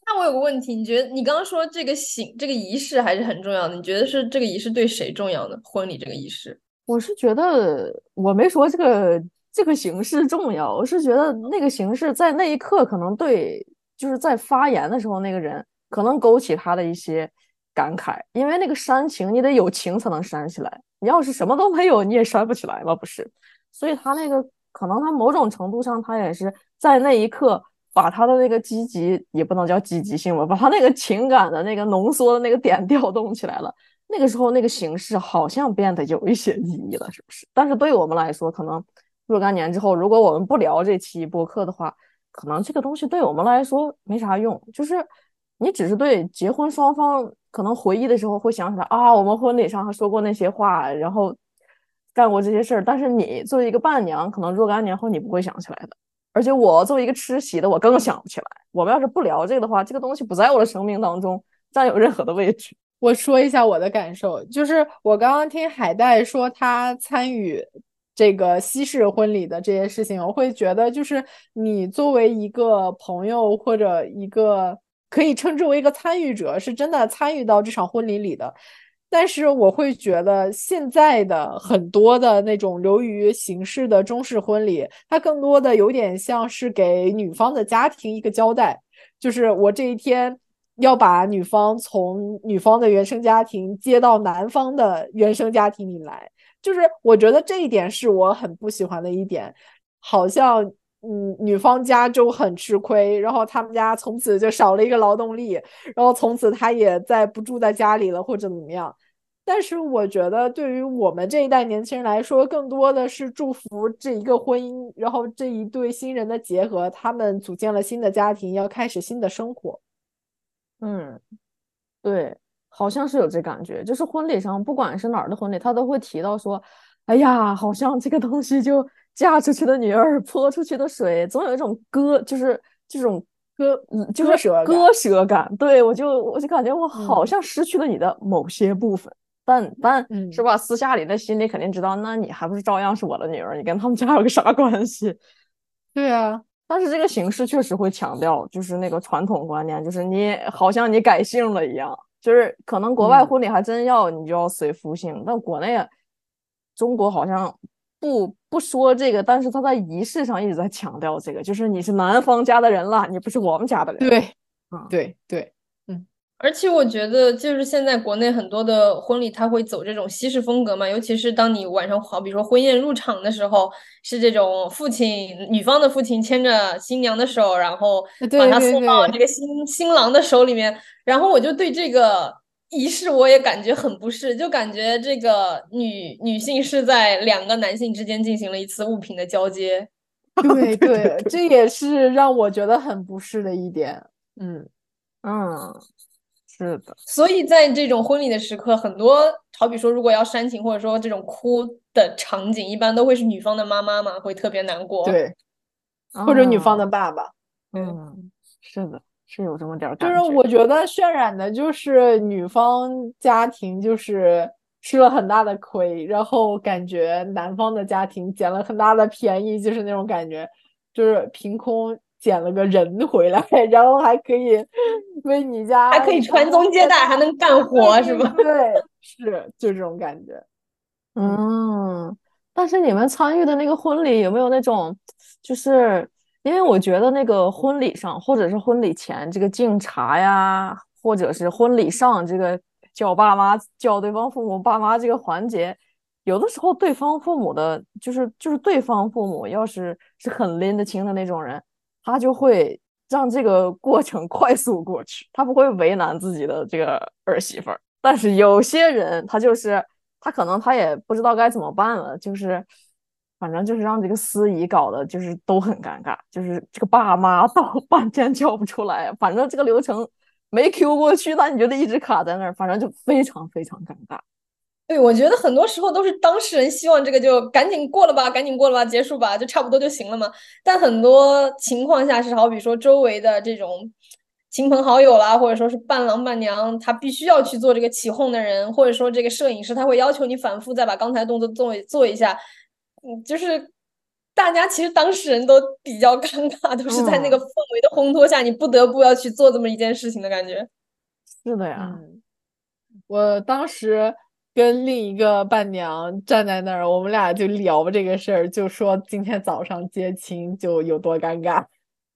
那我有个问题，你觉得你刚刚说这个形这个仪式还是很重要的，你觉得是这个仪式对谁重要呢？婚礼这个仪式？ 我是觉得我没说这个这个形式重要，我是觉得那个形式在那一刻可能对，就是在发言的时候那个人可能勾起他的一些感慨，因为那个煽情你得有情才能煽起来，你要是什么都没有你也煽不起来嘛，不是？所以他那个可能他某种程度上他也是在那一刻把他的那个积极也不能叫积极性吧，把他那个情感的那个浓缩的那个点调动起来了。那个时候那个形式好像变得有一些意义了，是不是？但是对于我们来说，可能若干年之后，如果我们不聊这期播客的话，可能这个东西对我们来说没啥用。就是你只是对结婚双方可能回忆的时候会想起来啊，我们婚礼上还说过那些话，然后干过这些事儿。但是你作为一个伴娘，可能若干年后你不会想起来的。而且我作为一个吃席的，我更想不起来。我们要是不聊这个的话，这个东西不在我的生命当中占有任何的位置。 我说一下我的感受，就是我刚刚听海带说他参与这个西式婚礼的这些事情，我会觉得就是你作为一个朋友或者一个可以称之为一个参与者，是真的参与到这场婚礼里的。但是我会觉得现在的很多的那种流于形式的中式婚礼，它更多的有点像是给女方的家庭一个交代，就是我这一天要把女方从女方的原生家庭接到男方的原生家庭里来，就是我觉得这一点是我很不喜欢的一点，好像嗯女方家就很吃亏，然后他们家从此就少了一个劳动力，然后从此他也再不住在家里了或者怎么样。但是我觉得对于我们这一代年轻人来说，更多的是祝福这一个婚姻，然后这一对新人的结合，他们组建了新的家庭，要开始新的生活。 嗯，对，好像是有这感觉，就是婚礼上，不管是哪儿的婚礼，他都会提到说，哎呀，好像这个东西就嫁出去的女儿泼出去的水，总有一种割，就是这种割嗯，就是割舍感。 割舍感。对，我就我就感觉我好嗯像失去了你的某些部分，但但是嗯， 吧，私下里的心里肯定知道，那你还不是照样是我的女儿，你跟他们家有个啥关系？ 对啊， 但是这个形式确实会强调，就是那个传统观念，就是你好像你改姓了一样，就是可能国外嗯婚礼还真要你就要随夫姓，但国内中国好像不不说这个，但是他在仪式上一直在强调这个，就是你是男方家的人了，你不是我们家的人。 对嗯对对，嗯而且我觉得，就是现在国内很多的婚礼，它会走这种西式风格嘛，尤其是当你晚上好比说婚宴入场的时候，是这种父亲女方的父亲牵着新娘的手，然后对把她送到对对， 这个新新郎的手里面，然后我就对这个仪式我也感觉很不适，就感觉这个女女性是在两个男性之间进行了一次物品的交接。 对对对对， 对， 这也是让我觉得很不适的一点。嗯， 嗯，是的， 所以在这种婚礼的时刻，很多好比说，如果要煽情或者说这种哭的场景，一般都会是女方的妈妈嘛，会特别难过。 对，或者女方啊， 的爸爸。 对， 嗯，是的，是有这么点儿就是感觉。 我觉得渲染的就是女方家庭就是吃了很大的亏，然后感觉男方的家庭捡了很大的便宜，就是那种感觉，就是凭空捡了个人回来，然后还可以为你家还可以传传宗接代。 宗接代，还能干活，是对吧？ 对对，是就这种感觉。嗯。 嗯，但是你们参与的那个婚礼有没有那种，就是因为我觉得那个婚礼上或者是婚礼前这个敬茶呀，或者是婚礼上这个叫爸妈叫对方父母爸妈这个环节，有的时候对方父母的，就是就是对方父母要是是很拎得清的那种人，他就会让这个过程快速过去，他不会为难自己的这个儿媳妇儿。但是有些人他就是他可能他也不知道该怎么办了，就是反正就是让这个司仪搞的就是都很尴尬，就是这个爸妈到半天叫不出来，反正这个流程没 Q 过去，但你觉得一直卡在那儿，反正就非常非常尴尬。 对，我觉得很多时候都是当事人希望这个就赶紧过了吧，赶紧过了吧，结束吧，就差不多就行了嘛。但很多情况下是好比说周围的这种亲朋好友啦，或者说是伴郎伴娘，他必须要去做这个起哄的人，或者说这个摄影师他会要求你反复再把刚才动作做做一下，嗯，就是大家其实当事人都比较尴尬，都是在那个氛围的烘托下，你不得不要去做这么一件事情的感觉。 是的呀， 嗯，我当时跟另一个伴娘站在那儿，我们俩就聊这个事儿，就说今天早上接亲就有多尴尬。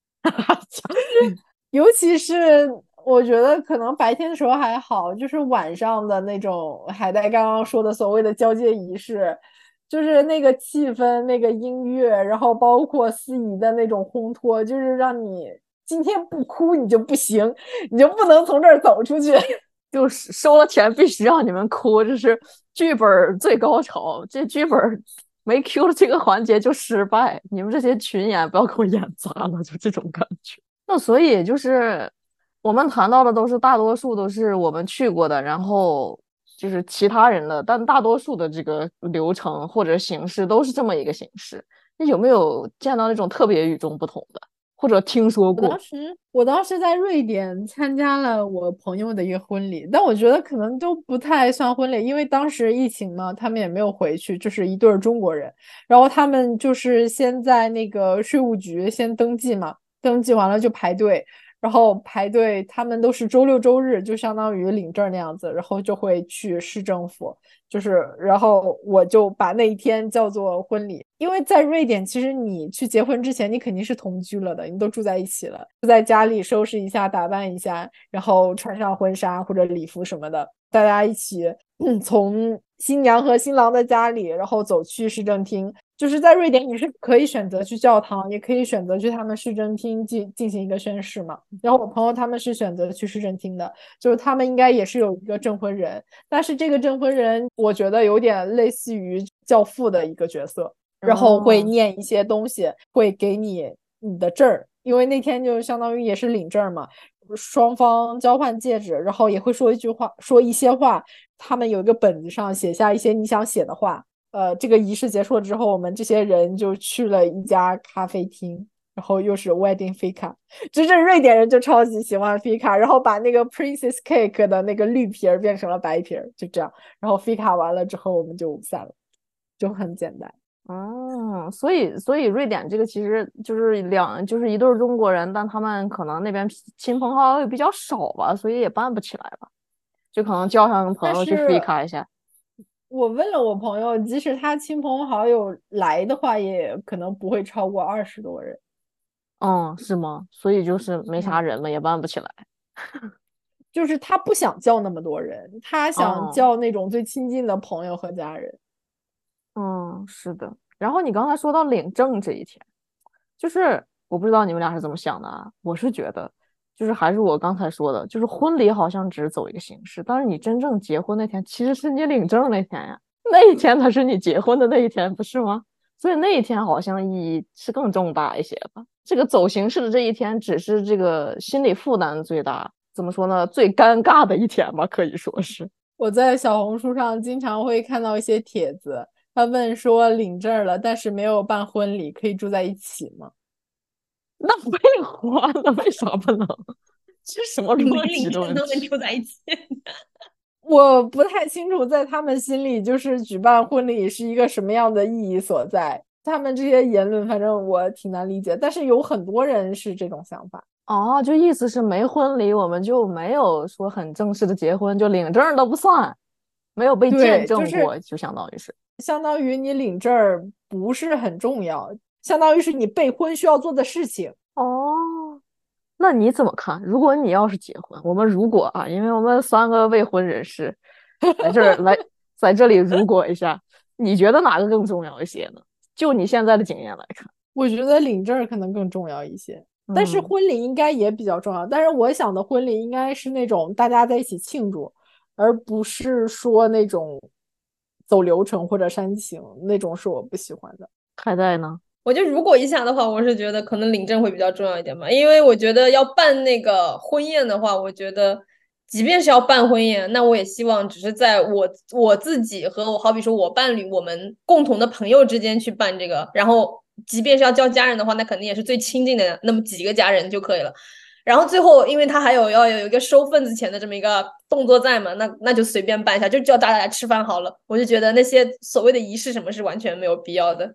尤其是我觉得可能白天的时候还好，就是晚上的那种海带刚刚说的所谓的交接仪式，就是那个气氛、那个音乐，然后包括司仪的那种烘托，就是让你今天不哭你就不行，你就不能从这儿走出去。 就是收了钱必须让你们哭，这是剧本最高潮。这剧本没 Q 的这个环节就失败，你们这些群演不要给我演砸了，就这种感觉。那所以就是我们谈到的都是大多数都是我们去过的，然后就是其他人的，但大多数的这个流程或者形式都是这么一个形式。那有没有见到那种特别与众不同的，或者听说过？ 我当时，我当时在瑞典参加了我朋友的一个婚礼，但我觉得可能都不太算婚礼，因为当时疫情嘛，他们也没有回去，就是一对儿中国人，然后他们就是先在那个税务局先登记嘛，登记完了就排队，然后排队，他们都是周六周日，就相当于领证那样子，然后就会去市政府，就是然后我就把那一天叫做婚礼，因为在瑞典，其实你去结婚之前，你肯定是同居了的，你都住在一起了，就在家里收拾一下，打扮一下，然后穿上婚纱或者礼服什么的，大家一起嗯从新娘和新郎的家里，然后走去市政厅。就是在瑞典，你是可以选择去教堂，也可以选择去他们市政厅进进行一个宣誓嘛。然后我朋友他们是选择去市政厅的，就是他们应该也是有一个证婚人，但是这个证婚人我觉得有点类似于教父的一个角色，然后会念一些东西，会给你你的证儿，因为那天就相当于也是领证嘛。双方交换戒指，然后也会说一句话，说一些话。他们有一个本子上写下一些你想写的话。呃，这个仪式结束了之后，我们这些人就去了一家咖啡厅，然后又是 wedding fika， 就是瑞典人就超级喜欢 fika， 然后把那个 princess cake 的那个绿皮儿变成了白皮儿，就这样，然后 fika 完了之后我们就散了，就很简单。 哦，所以所以瑞典这个其实就是两就是一对中国人，但他们可能那边亲朋好友比较少吧，所以也办不起来吧，就可能叫上朋友去 fika 一下。 我问了我朋友，即使他亲朋好友来的话，也可能不会超过二十多人。 嗯，是吗？所以就是没啥人嘛，嗯、也办不起来。 就是他不想叫那么多人，他想叫那种最亲近的朋友和家人。 嗯，是的。然后你刚才说到领证这一天，就是我不知道你们俩是怎么想的啊？我是觉得，就是还是我刚才说的，就是婚礼好像只走一个形式，但是你真正结婚那天，其实是你领证那天呀，那一天才是你结婚的那一天，不是吗？所以那一天好像意义是更重大一些吧。这个走形式的这一天，只是这个心理负担最大，怎么说呢？最尴尬的一天吧，可以说是。 我在小红书上经常会看到一些帖子，他问说领证了，但是没有办婚礼，可以住在一起吗？ 那废话，那为啥不能？这什么逻辑的问题？ 都能住在一起。 我不太清楚，在他们心里，就是举办婚礼是一个什么样的意义所在。他们这些言论，反正我挺难理解。但是有很多人是这种想法。 哦，就意思是没婚礼，我们就没有说很正式的结婚，就领证都不算，没有被见证过，就, 是、就相当于是， 相当于你领证不是很重要，相当于是你备婚需要做的事情。 哦，那你怎么看？如果你要是结婚，我们如果啊，因为我们三个未婚人士在这儿来，在这里如果一下，你觉得哪个更重要一些呢？就你现在的经验来看， 我觉得领证可能更重要一些。但是婚礼应该也比较重要，嗯、但是我想的婚礼应该是那种大家在一起庆祝，而不是说那种走流程或者煽情那种，是我不喜欢的。 海带呢？ 我觉得如果一下的话，我是觉得可能领证会比较重要一点嘛，因为我觉得要办那个婚宴的话，我觉得即便是要办婚宴，那我也希望只是在我我自己和我好比说我伴侣我们共同的朋友之间去办这个，然后。即便是要叫家人的话，那肯定也是最亲近的那么几个家人就可以了。然后最后，因为他还有要有一个收份子钱的这么一个动作在嘛，那那就随便办一下，就叫大家来吃饭好了。我就觉得那些所谓的仪式什么是完全没有必要的。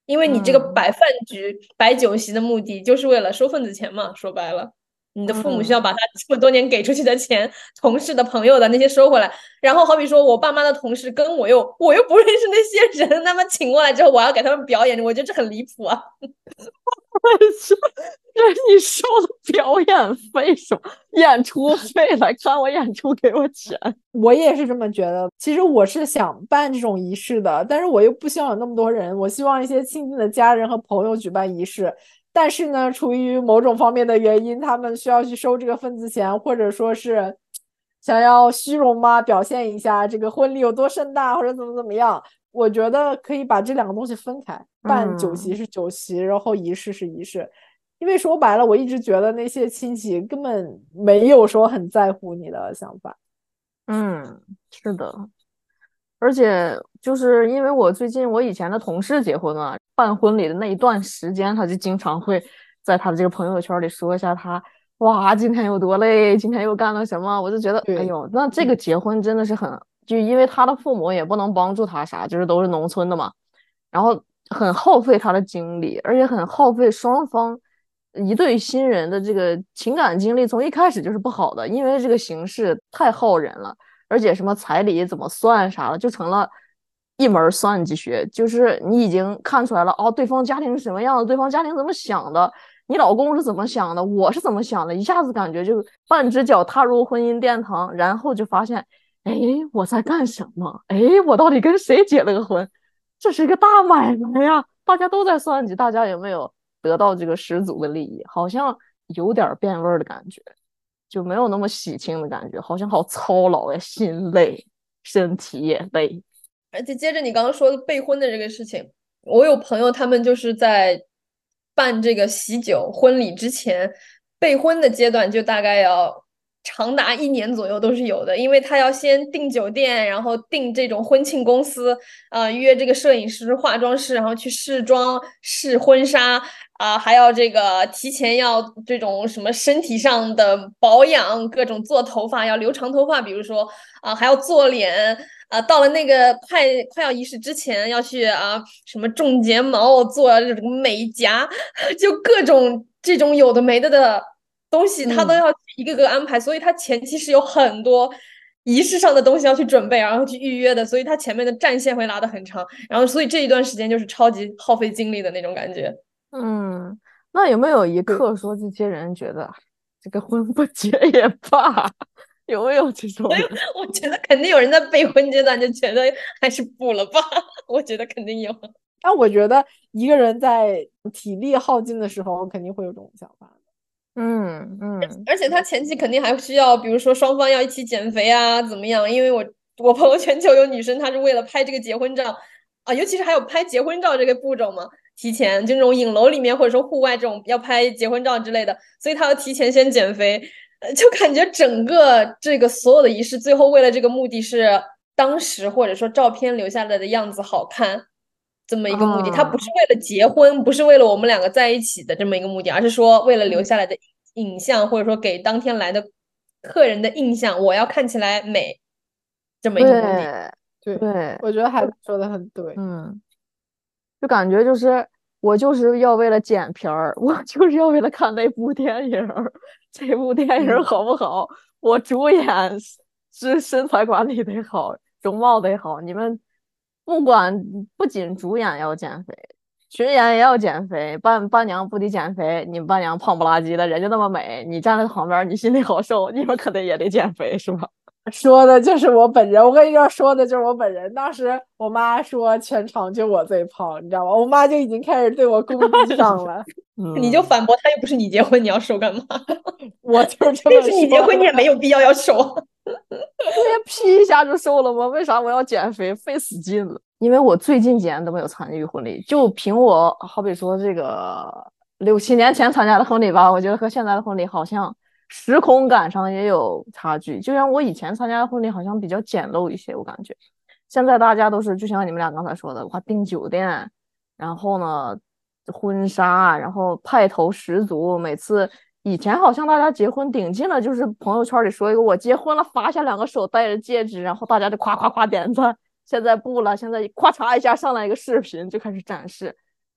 因为你这个嗯摆饭局、摆酒席的目的就是为了收份子钱嘛，说白了。你的父母需要嗯把他这么多年给出去的钱，同事的朋友的那些收回来，然后好比说我爸妈的同事跟我又我又不认识那些人，那么请过来之后我要给他们表演，我觉得这很离谱啊。 这这你收的表演费什么演出费？来看我演出给我钱。 我也是这么觉得。其实我是想办这种仪式的，但是我又不希望有那么多人，我希望一些亲近的家人和朋友举办仪式。但是呢，出于某种方面的原因，他们需要去收这个份子钱，或者说是想要虚荣嘛，表现一下这个婚礼有多盛大，或者怎么怎么样。我觉得可以把这两个东西分开，办酒席是酒席，然后仪式是仪式。因为说白了，我一直觉得那些亲戚根本没有说很在乎你的想法。 嗯，是的，而且就是因为我最近我以前的同事结婚了，办婚礼的那一段时间，他就经常会在他的这个朋友圈里说一下他哇今天有多累，今天又干了什么，我就觉得哎呦，那这个结婚真的是很，就因为他的父母也不能帮助他啥，就是都是农村的嘛，然后很耗费他的精力，而且很耗费双方一对新人的这个情感经历，从一开始就是不好的，因为这个形式太耗人了。而且什么彩礼怎么算啥的，就成了一门算计学。就是你已经看出来了，哦，对方家庭是什么样的，对方家庭怎么想的，你老公是怎么想的，我是怎么想的，一下子感觉就半只脚踏入婚姻殿堂，然后就发现，哎，我在干什么？哎，我到底跟谁结了个婚？这是一个大买卖呀！大家都在算计，大家有没有得到这个十足的利益？好像有点变味的感觉。就没有那么喜庆的感觉，好像好操劳呀，心累，身体也累。 而且接着你刚刚说备婚的这个事情，我有朋友他们就是在办这个喜酒婚礼之前，备婚的阶段就大概要长达一年左右都是有的，因为他要先订酒店，然后订这种婚庆公司，呃，约这个摄影师、化妆师，然后去试妆、试婚纱啊、呃，还要这个提前要这种什么身体上的保养，各种做头发要留长头发，比如说啊、呃，还要做脸。啊，到了那个快快要仪式之前，要去啊什么种睫毛、做这种美甲，就各种这种有的没的的东西，他都要一个个安排，所以他前期是有很多仪式上的东西要去准备，然后去预约的，所以他前面的战线会拉得很长，然后所以这一段时间就是超级耗费精力的那种感觉。 嗯，那有没有一刻说这些人觉得这个婚不结也罢？有没有这种人？ 我觉得肯定有人在备婚阶段就觉得还是补了吧，我觉得肯定有。 但我觉得一个人在体力耗尽的时候，肯定会有这种想法。 嗯嗯， 而且他前期肯定还需要，比如说双方要一起减肥啊，怎么样？因为我我朋友圈就有女生，她是为了拍这个结婚照啊，尤其是还有拍结婚照这个步骤嘛，提前就那种影楼里面或者说户外这种要拍结婚照之类的，所以她要提前先减肥，就感觉整个这个所有的仪式，最后为了这个目的是当时或者说照片留下来的样子好看。这么一个目的，他不是为了结婚，不是为了我们两个在一起的这么一个目的，而是说为了留下来的影像，或者说给当天来的客人的印象，我要看起来美，这么一个目的。 对对， 我觉得孩子说的很对。 嗯，就感觉就是我就是要为了剪片儿，我就是要为了看那部电影儿，这部电影儿好不好？嗯、我主演是身材管理得好，容貌得好，你们。不管不仅主演要减肥，群演也要减肥，伴伴娘不得减肥。你们伴娘胖不拉几的，人家那么美，你站在旁边，你心里好受，你们可得也得减肥，是吧？ 说的就是我本人，我跟你说，说的就是我本人。当时我妈说全场就我最胖，你知道吗？我妈就已经开始对我攻击上了。 嗯、 你就反驳她，又不是你结婚，你要瘦干嘛？ 我就是这么说。 是你结婚，你也没有必要要瘦。 我也 P 一下就瘦了吗？为啥我要减肥？费死劲了。因为我最近几年都没有参与婚礼，就凭我好比说这个六七年前参加的婚礼吧，我觉得和现在的婚礼好像时空感上也有差距。就像我以前参加的婚礼好像比较简陋一些，我感觉现在大家都是就像你们俩刚才说的，哇，订酒店，然后呢婚纱，然后派头十足，每次。以前好像大家结婚顶尽了，就是朋友圈里说一个我结婚了，发下两个手戴着戒指，然后大家就夸夸夸点赞。现在不了，现在咔嚓一下上来一个视频就开始展示，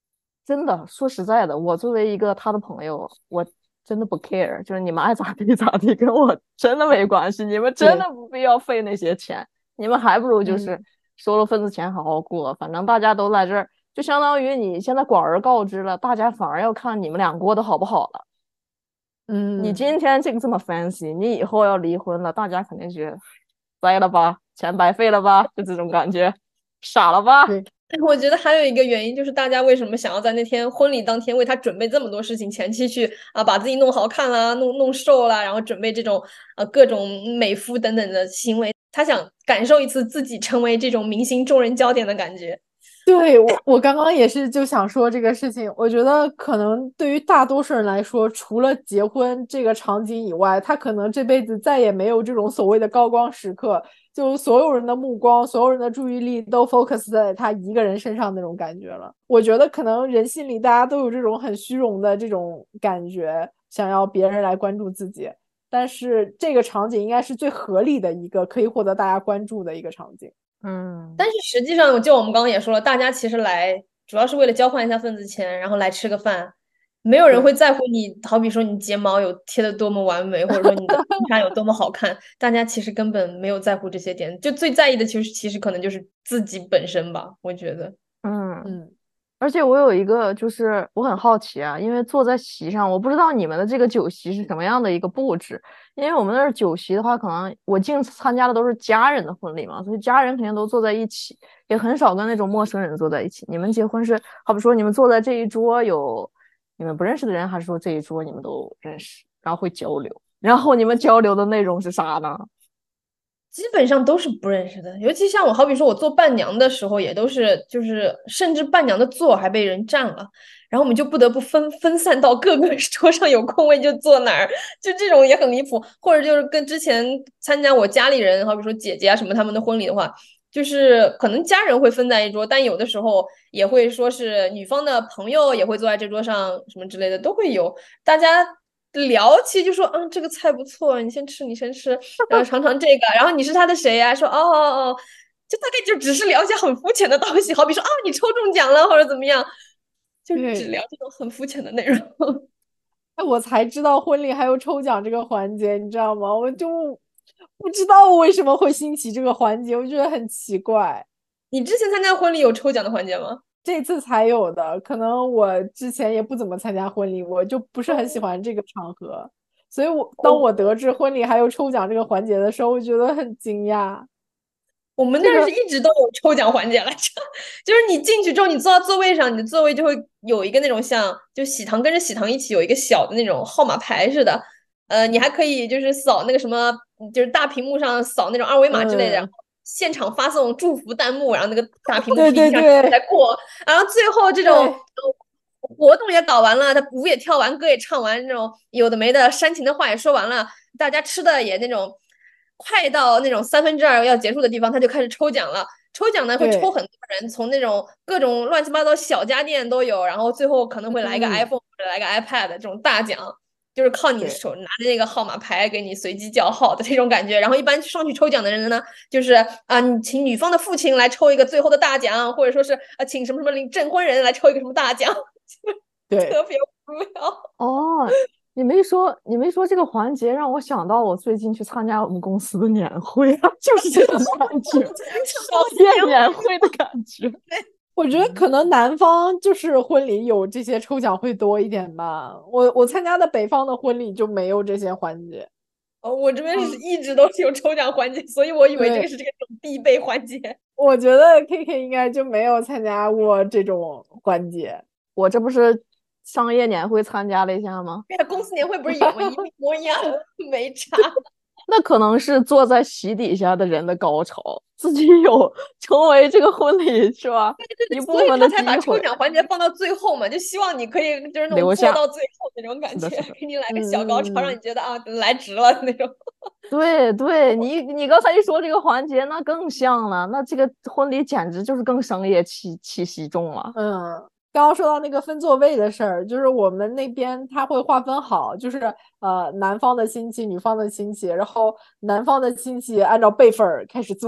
真的说实在的，我作为一个他的朋友，我真的不 care，就是你们爱咋地咋地，跟我真的没关系，你们真的不必要费那些钱，你们还不如就是嗯收了份子钱好好过，反正大家都在这儿，就相当于你现在广而告之了，大家反而要看你们俩过得好不好了。你嗯， 今天这个这么 fancy，你以后要离婚了，大家肯定觉得栽了吧，钱白费了吧，就这种感觉，傻了吧？ 对， 我觉得还有一个原因就是大家为什么想要在那天婚礼当天为他准备这么多事情，前期去啊把自己弄好看啦，弄弄瘦啦，然后准备这种呃各种美肤等等的行为，他想感受一次自己成为这种明星众人焦点的感觉。 对，我我刚刚也是就想说这个事情，我觉得可能对于大多数人来说，除了结婚这个场景以外，他可能这辈子再也没有这种所谓的高光时刻，就所有人的目光、所有人的注意力都 focus 在他一个人身上那种感觉了。我觉得可能人心里大家都有这种很虚荣的这种感觉，想要别人来关注自己，但是这个场景应该是最合理的一个可以获得大家关注的一个场景。 嗯， 但是实际上，就我们刚刚也说了，大家其实来主要是为了交换一下份子钱，然后来吃个饭，没有人会在乎你，好比说你睫毛有贴的多么完美，或者说你的婚纱有多么好看，大家其实根本没有在乎这些点，就最在意的其实其实可能就是自己本身吧，我觉得。 嗯。 嗯。 而且我有一个，就是我很好奇啊，因为坐在席上，我不知道你们的这个酒席是什么样的一个布置。因为我们那儿酒席的话，可能我净参加的都是家人的婚礼嘛，所以家人肯定都坐在一起，也很少跟那种陌生人坐在一起。你们结婚是，好比说你们坐在这一桌有你们不认识的人，还是说这一桌你们都认识，然后会交流？然后你们交流的内容是啥呢？ 基本上都是不认识的，尤其像我，好比说我做伴娘的时候，也都是就是，甚至伴娘的座还被人占了，然后我们就不得不分分散到各个桌上有空位就坐哪儿，就这种也很离谱。或者就是跟之前参加我家里人，好比说姐姐啊什么他们的婚礼的话，就是可能家人会分在一桌，但有的时候也会说是女方的朋友也会坐在这桌上，什么之类的都会有，大家聊起就说，嗯，这个菜不错，你先吃，你先吃，然后尝尝这个，然后你是他的谁呀、说哦哦哦，就大概就只是聊一些很肤浅的东西，好比说啊你抽中奖了或者怎么样，就只对， 聊这种很肤浅的内容。 哎，我才知道婚礼还有抽奖这个环节，你知道吗？我就不知道为什么会兴起这个环节，我觉得很奇怪。 你之前参加婚礼有抽奖的环节吗？ 这次才有的，可能我之前也不怎么参加婚礼，我就不是很喜欢这个场合，所以我当我得知婚礼还有抽奖这个环节的时候，我觉得很惊讶。 我们那儿是这个， 一直都有抽奖环节来着，就是你进去之后，你坐到座位上，你的座位就会有一个那种像就喜糖跟着喜糖一起有一个小的那种号码牌似的，呃，你还可以就是扫那个什么，就是大屏幕上扫那种二维码之类的，然后嗯， 现场发送祝福弹幕，然后那个大屏幕对 P P T 对上在对过，然后最后这种对呃活动也搞完了，他舞也跳完，歌也唱完，那种有的没的煽情的话也说完了，大家吃的也那种快到那种三分之二要结束的地方，他就开始抽奖了。抽奖呢会抽对， 很多人，从那种各种乱七八糟小家电都有，然后最后可能会来一个嗯， iPhone 或者来个 iPad 这种大奖，就是靠你对手拿着那个号码牌给你随机叫号的这种感觉。然后一般上去抽奖的人呢，就是啊，你请女方的父亲来抽一个最后的大奖，或者说是啊，请什么什么证婚人来抽一个什么大奖， 对， 特别无聊。 哦，你没说，你没说这个环节，让我想到我最近去参加我们公司的年会啊，就是这种感觉，商业年会的感觉。 我觉得可能南方就是婚礼有这些抽奖会多一点吧。我我参加的北方的婚礼就没有这些环节。 哦，我这边是一直都是有抽奖环节，所以我以为这个对， 是这个种必备环节。 我觉得 K K 应该就没有参加过这种环节。 我这不是商业年会参加了一下吗？ 对呀，公司年会不是有吗？一模一样，没差。 那可能是坐在席底下的人的高潮，自己有成为这个婚礼是吧？一部所以分的机他才把抽会奖环节放到最后嘛，就希望你可以就是那种留下。 做到最后那种感是的， 觉， 是的， 给你来个小高潮，让嗯嗯嗯， 你觉得啊来值了那种。 对对，你你刚才一说这个环节，那更像了，那这个婚礼简直就是更商业气气息重了。 嗯，刚刚说到那个分座位的事儿，就是我们那边他会划分好，就是呃男方的亲戚、女方的亲戚，然后男方的亲戚按照辈分儿开始坐，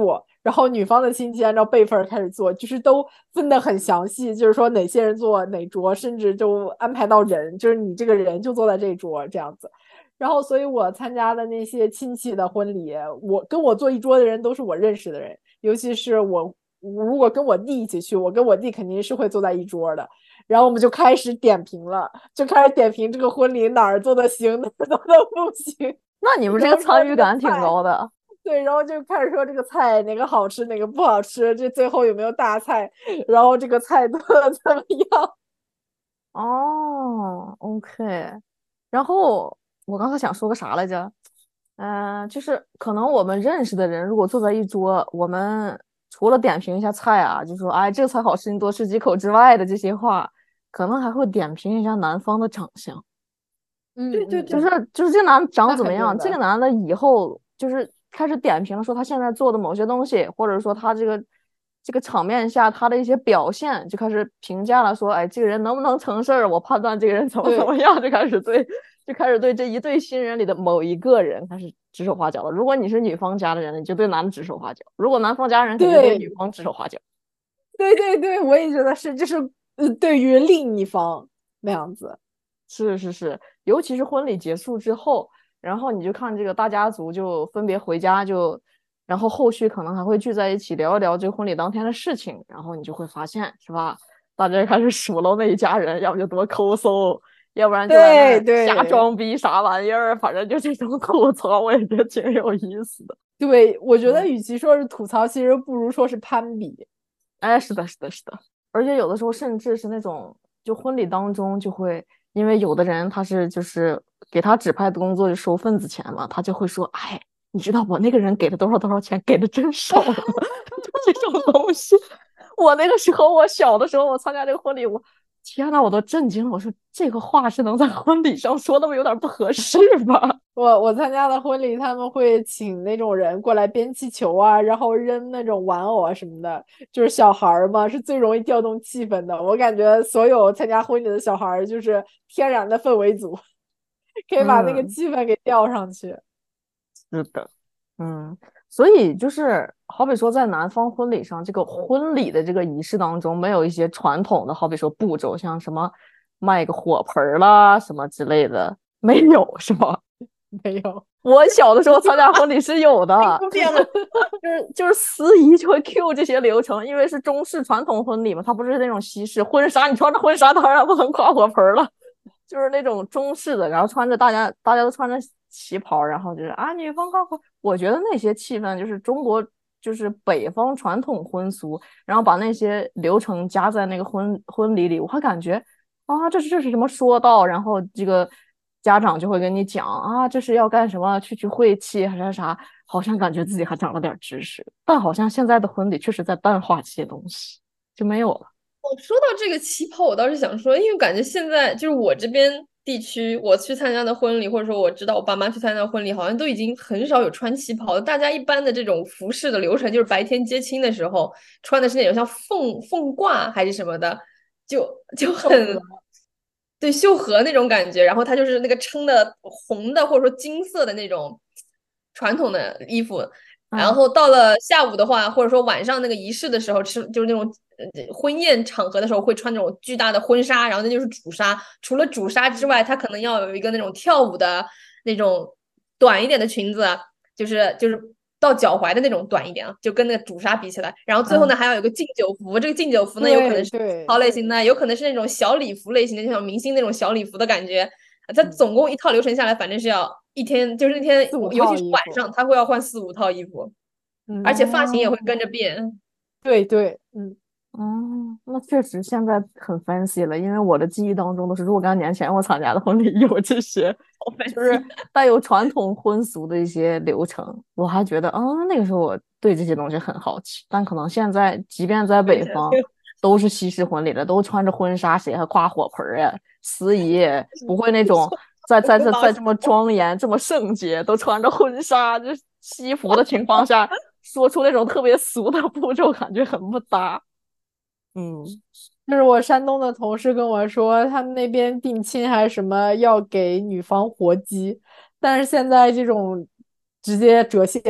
然后女方的亲戚按照辈分开始做，就是都分得很详细，就是说哪些人坐哪桌，甚至就安排到人，就是你这个人就坐在这桌这样子。然后，所以我参加的那些亲戚的婚礼，我跟我坐一桌的人都是我认识的人，尤其是我如果跟我弟一起去，我跟我弟肯定是会坐在一桌的。然后我们就开始点评了，就开始点评这个婚礼哪儿做的行，哪儿做的不行。 那你们这个参与感挺高的。 对，然后就开始说这个菜哪个好吃哪个不好吃，这最后有没有大菜，然后这个菜做的怎么样。 哦 OK， 然后我刚才想说个啥来着，嗯、呃，就是可能我们认识的人如果坐在一桌，我们除了点评一下菜啊，就说哎这个菜好吃你多吃几口之外的这些话，可能还会点评一下男方的长相。 嗯， 对对对， 就是就是这男长怎么样， 那肯定的这个男的以后就是开始点评说他现在做的某些东西，或者说他这个这个场面下他的一些表现，就开始评价了说，哎，这个人能不能成事儿？我判断这个人怎么怎么样，就开始对就开始对这一对新人里的某一个人开始指手画脚了。如果你是女方家的人，你就对男的指手画脚；如果男方家人，肯定对女方指手画脚。 对对对，我也觉得是，就是呃，对于另一方那样子。 是是是，尤其是婚礼结束之后，然后你就看这个大家族就分别回家就，然后后续可能还会聚在一起聊一聊这个婚礼当天的事情，然后你就会发现是吧？大家开始数落那一家人，要不就多抠搜，要不然就在那瞎装逼啥玩意儿，反正就这种吐槽，我也觉得挺有意思的。 对，我觉得与其说是吐槽，其实不如说是攀比。 哎，是的，是的，是的，而且有的时候甚至是那种，就婚礼当中就会。因为有的人他是就是给他指派的工作就收份子钱嘛，他就会说，哎，你知道我那个人给了多少多少钱，给的真少了，就这种东西。我那个时候，我小的时候，我参加这个婚礼，我天呐，我都震惊了。我说这个话是能在婚礼上说，那么有点不合适吧？ 我我参加的婚礼，他们会请那种人过来编气球啊，然后扔那种玩偶啊什么的，就是小孩儿嘛，是最容易调动气氛的。我感觉所有参加婚礼的小孩儿就是天然的氛围组，可以把那个气氛给调上去。 嗯、是的，嗯，所以就是好比说在南方婚礼上，这个婚礼的这个仪式当中，没有一些传统的，好比说步骤，像什么卖个火盆啦什么之类的，没有是吧？ 没有， 我小的时候参加婚礼是有的，就是就是就是司仪就会 cue 这些流程，因为是中式传统婚礼嘛，它不是那种西式婚纱，你穿着婚纱当然不能挂火盆了，就是那种中式的，然后穿着大家大家都穿着旗袍，然后就是啊女方挂火，我觉得那些气氛就是中国就是北方传统婚俗，然后把那些流程加在那个婚婚礼里，我还感觉啊这是这是什么说道，然后这个。家长就会跟你讲啊，这是要干什么？去去晦气还是啥？好像感觉自己还长了点知识，但好像现在的婚礼确实在淡化这些东西，就没有了。 我说到这个旗袍，我倒是想说，因为感觉现在就是我这边地区，我去参加的婚礼，或者说我知道我爸妈去参加的婚礼，好像都已经很少有穿旗袍的。大家一般的这种服饰的流程，就是白天接亲的时候穿的是那种像凤凤褂还是什么的，就就很。对绣荷那种感觉，然后它就是那个撑的红的或者说金色的那种传统的衣服，然后到了下午的话，或者说晚上那个仪式的时候，吃就是那种婚宴场合的时候，会穿那种巨大的婚纱，然后那就是主纱。除了主纱之外，它可能要有一个那种跳舞的那种短一点的裙子，就是就是。到脚踝的那种短一点啊，就跟那个主纱比起来，然后最后呢、嗯、还要有个敬酒服，这个敬酒服呢有可能是套类型的，有可能是那种小礼服类型的，就像明星那种小礼服的感觉。它总共一套流程下来，反正是要一天，就是那天尤其是晚上，他会要换四五套衣服，嗯、而且发型也会跟着变。 对对，嗯。 哦，那确实现在很 fancy 了，因为我的记忆当中都是若干年前我参加的婚礼有这些，就是带有传统婚俗的一些流程。我还觉得，啊、哦，那个时候我对这些东西很好奇，但可能现在，即便在北方，都是西式婚礼了，都穿着婚纱，谁还挂火盆啊？司仪不会那种在在在在这么庄严、这么圣洁，都穿着婚纱、就西服的情况下，说出那种特别俗的步骤，感觉很不搭。嗯， 就是我山东的同事跟我说，他们那边定亲还是什么要给女方活鸡，但是现在这种直接折现。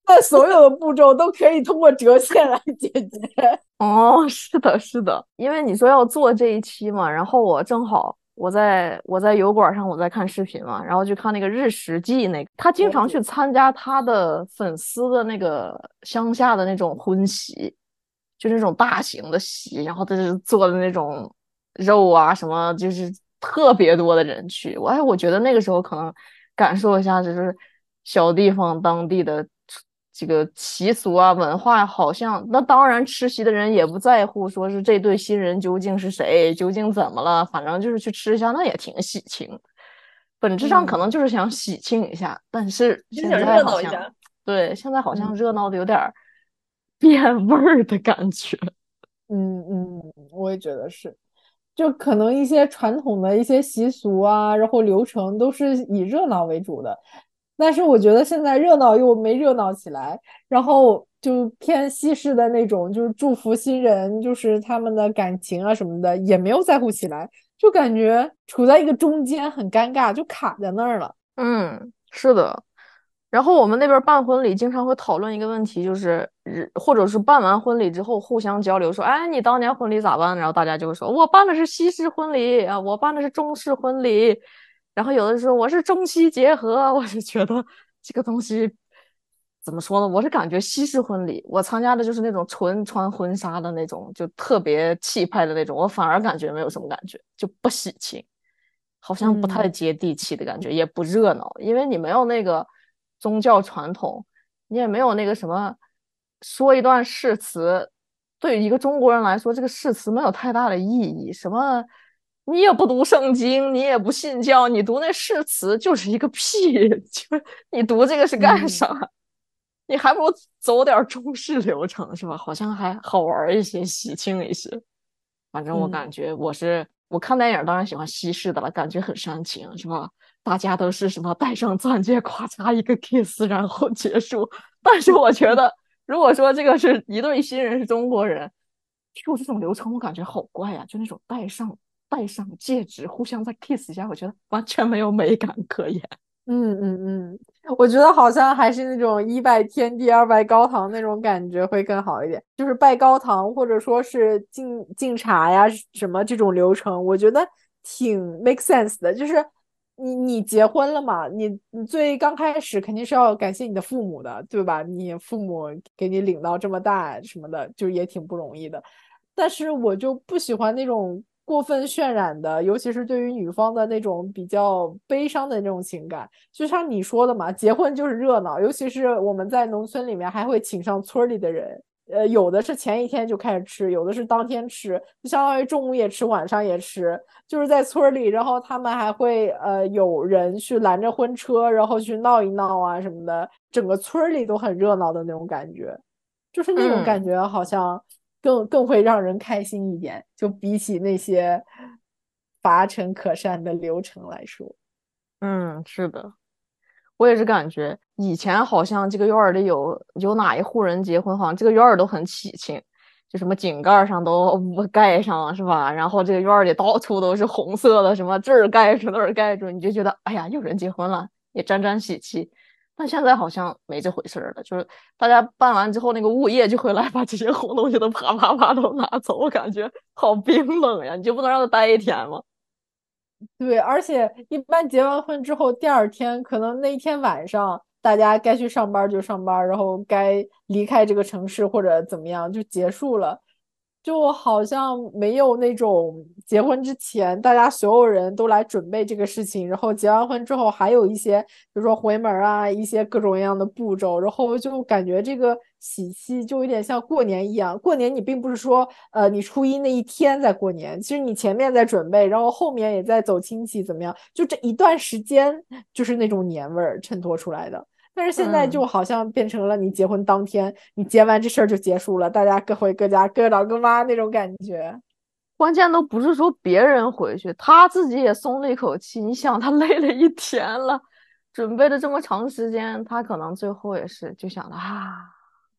但所有的步骤都可以通过折线来解决。 哦，是的，是的，因为你说要做这一期嘛，然后我正好我在我在油管上我在看视频嘛，然后就看那个日食记那个，他经常去参加他的粉丝的那个乡下的那种婚席，就那种大型的席，然后他就是做的那种肉啊什么，就是特别多的人去，我哎，我觉得那个时候可能感受一下，就是小地方当地的这个习俗啊文化，好像那当然吃席的人也不在乎说是这对新人究竟是谁，究竟怎么了，反正就是去吃一下，那也挺喜庆。本质上可能嗯， 就是想喜庆一下，但是现就想热在好像闹一下。 对，现在好像嗯热闹的有点变味儿的感觉。 嗯嗯，我也觉得是。就可能一些传统的一些习俗啊，然后流程都是以热闹为主的，但是我觉得现在热闹又没热闹起来，然后就偏西式的那种，就是祝福新人，就是他们的感情啊什么的也没有在乎起来，就感觉处在一个中间，很尴尬，就卡在那儿了。 嗯，是的。然后我们那边办婚礼经常会讨论一个问题，就是日或者是办完婚礼之后互相交流说，哎，你当年婚礼咋办？然后大家就会说，我办的是西式婚礼啊，我办的是中式婚礼。然后有的时候我是中西结合，我是觉得这个东西怎么说呢？我是感觉西式婚礼，我参加的就是那种纯穿婚纱的那种，就特别气派的那种，我反而感觉没有什么感觉，就不喜庆。好像不太嗯接地气的感觉，也不热闹，因为你没有那个宗教传统，你也没有那个什么说一段誓词。对于一个中国人来说，这个誓词没有太大的意义。什么，你也不读圣经，你也不信教，你读那誓词就是一个屁，就是你读这个是干嗯啥？你还不如走点中式流程是吧？好像还好玩一些，喜庆一些。反正我感嗯觉我是我看电影当然喜欢西式的了，感觉很煽情，是吧？大家都是什么戴上钻戒，咔嚓一个 kiss，然后结束。但是我觉得，如果说这个是一对新人是中国人，就这种流程我感觉好怪呀、就那种戴上戴上戒指，互相再 kiss 一下，我觉得完全没有美感可言。 嗯嗯嗯，我觉得好像还是那种一拜天地，二拜高堂那种感觉会更好一点。就是拜高堂，或者说是敬敬茶呀什么这种流程，我觉得挺 make sense 的。就是你你结婚了嘛，你你最刚开始肯定是要感谢你的父母的，对吧？你父母给你领到这么大什么的，就也挺不容易的。但是我就不喜欢那种过分渲染的，尤其是对于女方的那种比较悲伤的那种情感。就像你说的嘛，结婚就是热闹，尤其是我们在农村里面还会请上村里的人，呃，有的是前一天就开始吃，有的是当天吃，就相当于中午也吃，晚上也吃，就是在村里，然后他们还会呃有人去拦着婚车，然后去闹一闹啊什么的，整个村里都很热闹的那种感觉。就是那种感嗯觉，好像更更会让人开心一点，就比起那些乏善可陈的流程来说。 嗯，是的。我也是感觉以前好像这个院儿里有有哪一户人结婚，好像这个院儿都很喜庆，就什么井盖上都盖上了是吧？然后这个院儿里到处都是红色的，什么这儿盖住那儿盖住，你就觉得哎呀，有人结婚了，也沾沾喜气。但现在好像没这回事儿了，就是大家办完之后，那个物业就会来把这些红东西都啪啪啪都拿走，我感觉好冰冷呀！你就不能让他待一天吗？ 对，而且一般结完婚之后，第二天可能那一天晚上，大家该去上班就上班，然后该离开这个城市或者怎么样就结束了，就好像没有那种结婚之前大家所有人都来准备这个事情，然后结完婚之后还有一些，比如说回门啊，一些各种各样的步骤，然后就感觉这个喜气就有点像过年一样。过年你并不是说，呃，你初一那一天在过年，其实你前面在准备，然后后面也在走亲戚，怎么样？就这一段时间就是那种年味儿衬托出来的。但是现在就嗯。 好像变成了你结婚当天，你结完这事儿就结束了，大家各回各家，各找各妈那种感觉。 关键都不是说别人回去，他自己也松了一口气。你想，他累了一天了，准备了这么长时间，他可能最后也是就想了啊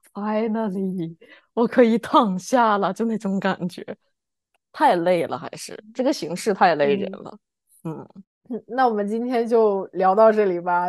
，finally，我可以躺下了，就那种感觉。太累了，还是这个形式太累人嗯， 了。嗯那我们今天就聊到这里吧。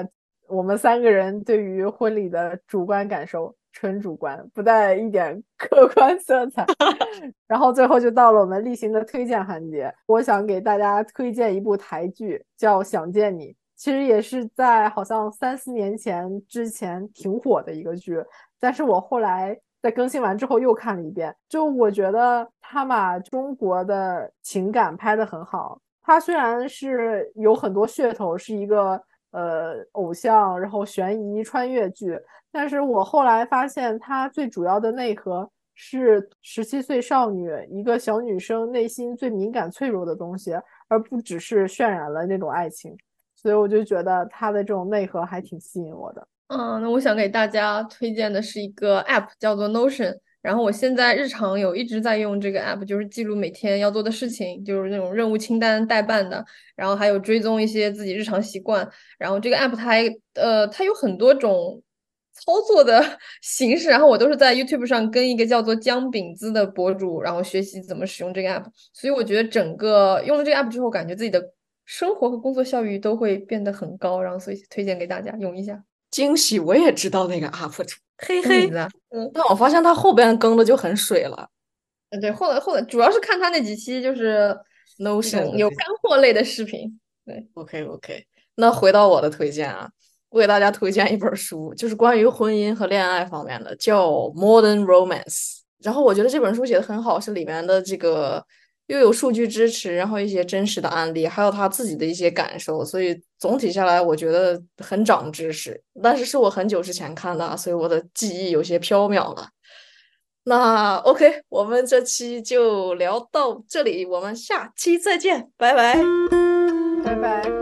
我们三个人对于婚礼的主观感受，纯主观，不带一点客观色彩。然后最后就到了我们例行的推荐环节，我想给大家推荐一部台剧，叫《想见你》，其实也是在好像三四年前之前挺火的一个剧，但是我后来在更新完之后又看了一遍，就我觉得他把中国的情感拍得很好。它虽然是有很多噱头，是一个呃偶像，然后悬疑穿越剧，但是我后来发现它最主要的内核是十七岁少女一个小女生内心最敏感脆弱的东西，而不只是渲染了那种爱情，所以我就觉得它的这种内核还挺吸引我的。 嗯，那我想给大家推荐的是一个 app，叫做 Notion。然后我现在日常有一直在用这个 app，就是记录每天要做的事情，就是那种任务清单代办的，然后还有追踪一些自己日常习惯。然后这个 app 它还呃它有很多种操作的形式，然后我都是在 YouTube 上跟一个叫做姜饼子的博主，然后学习怎么使用这个 app。所以我觉得整个用了这个 app 之后，感觉自己的生活和工作效率都会变得很高，然后所以推荐给大家用一下。 惊喜，我也知道那个 U P 主，嘿嘿。 姜饼子啊，嗯。 但我发现他后边更的就很水了呃，对，后来后来主要是看他那几期就是那 ，Notion 种有的那干货类的视频。对， OK OK。那回到我的推荐啊，我给大家推荐一本书，就是关于婚姻和恋爱方面的，叫《Modern Romance》。然后我觉得这本书写的很好，是里面的这个又有数据支持，然后一些真实的案例，还有他自己的一些感受，所以总体下来我觉得很长知识。但是是我很久之前看的啊，所以我的记忆有些缥缈了。那 OK，我们这期就聊到这里，我们下期再见，拜拜。 拜拜。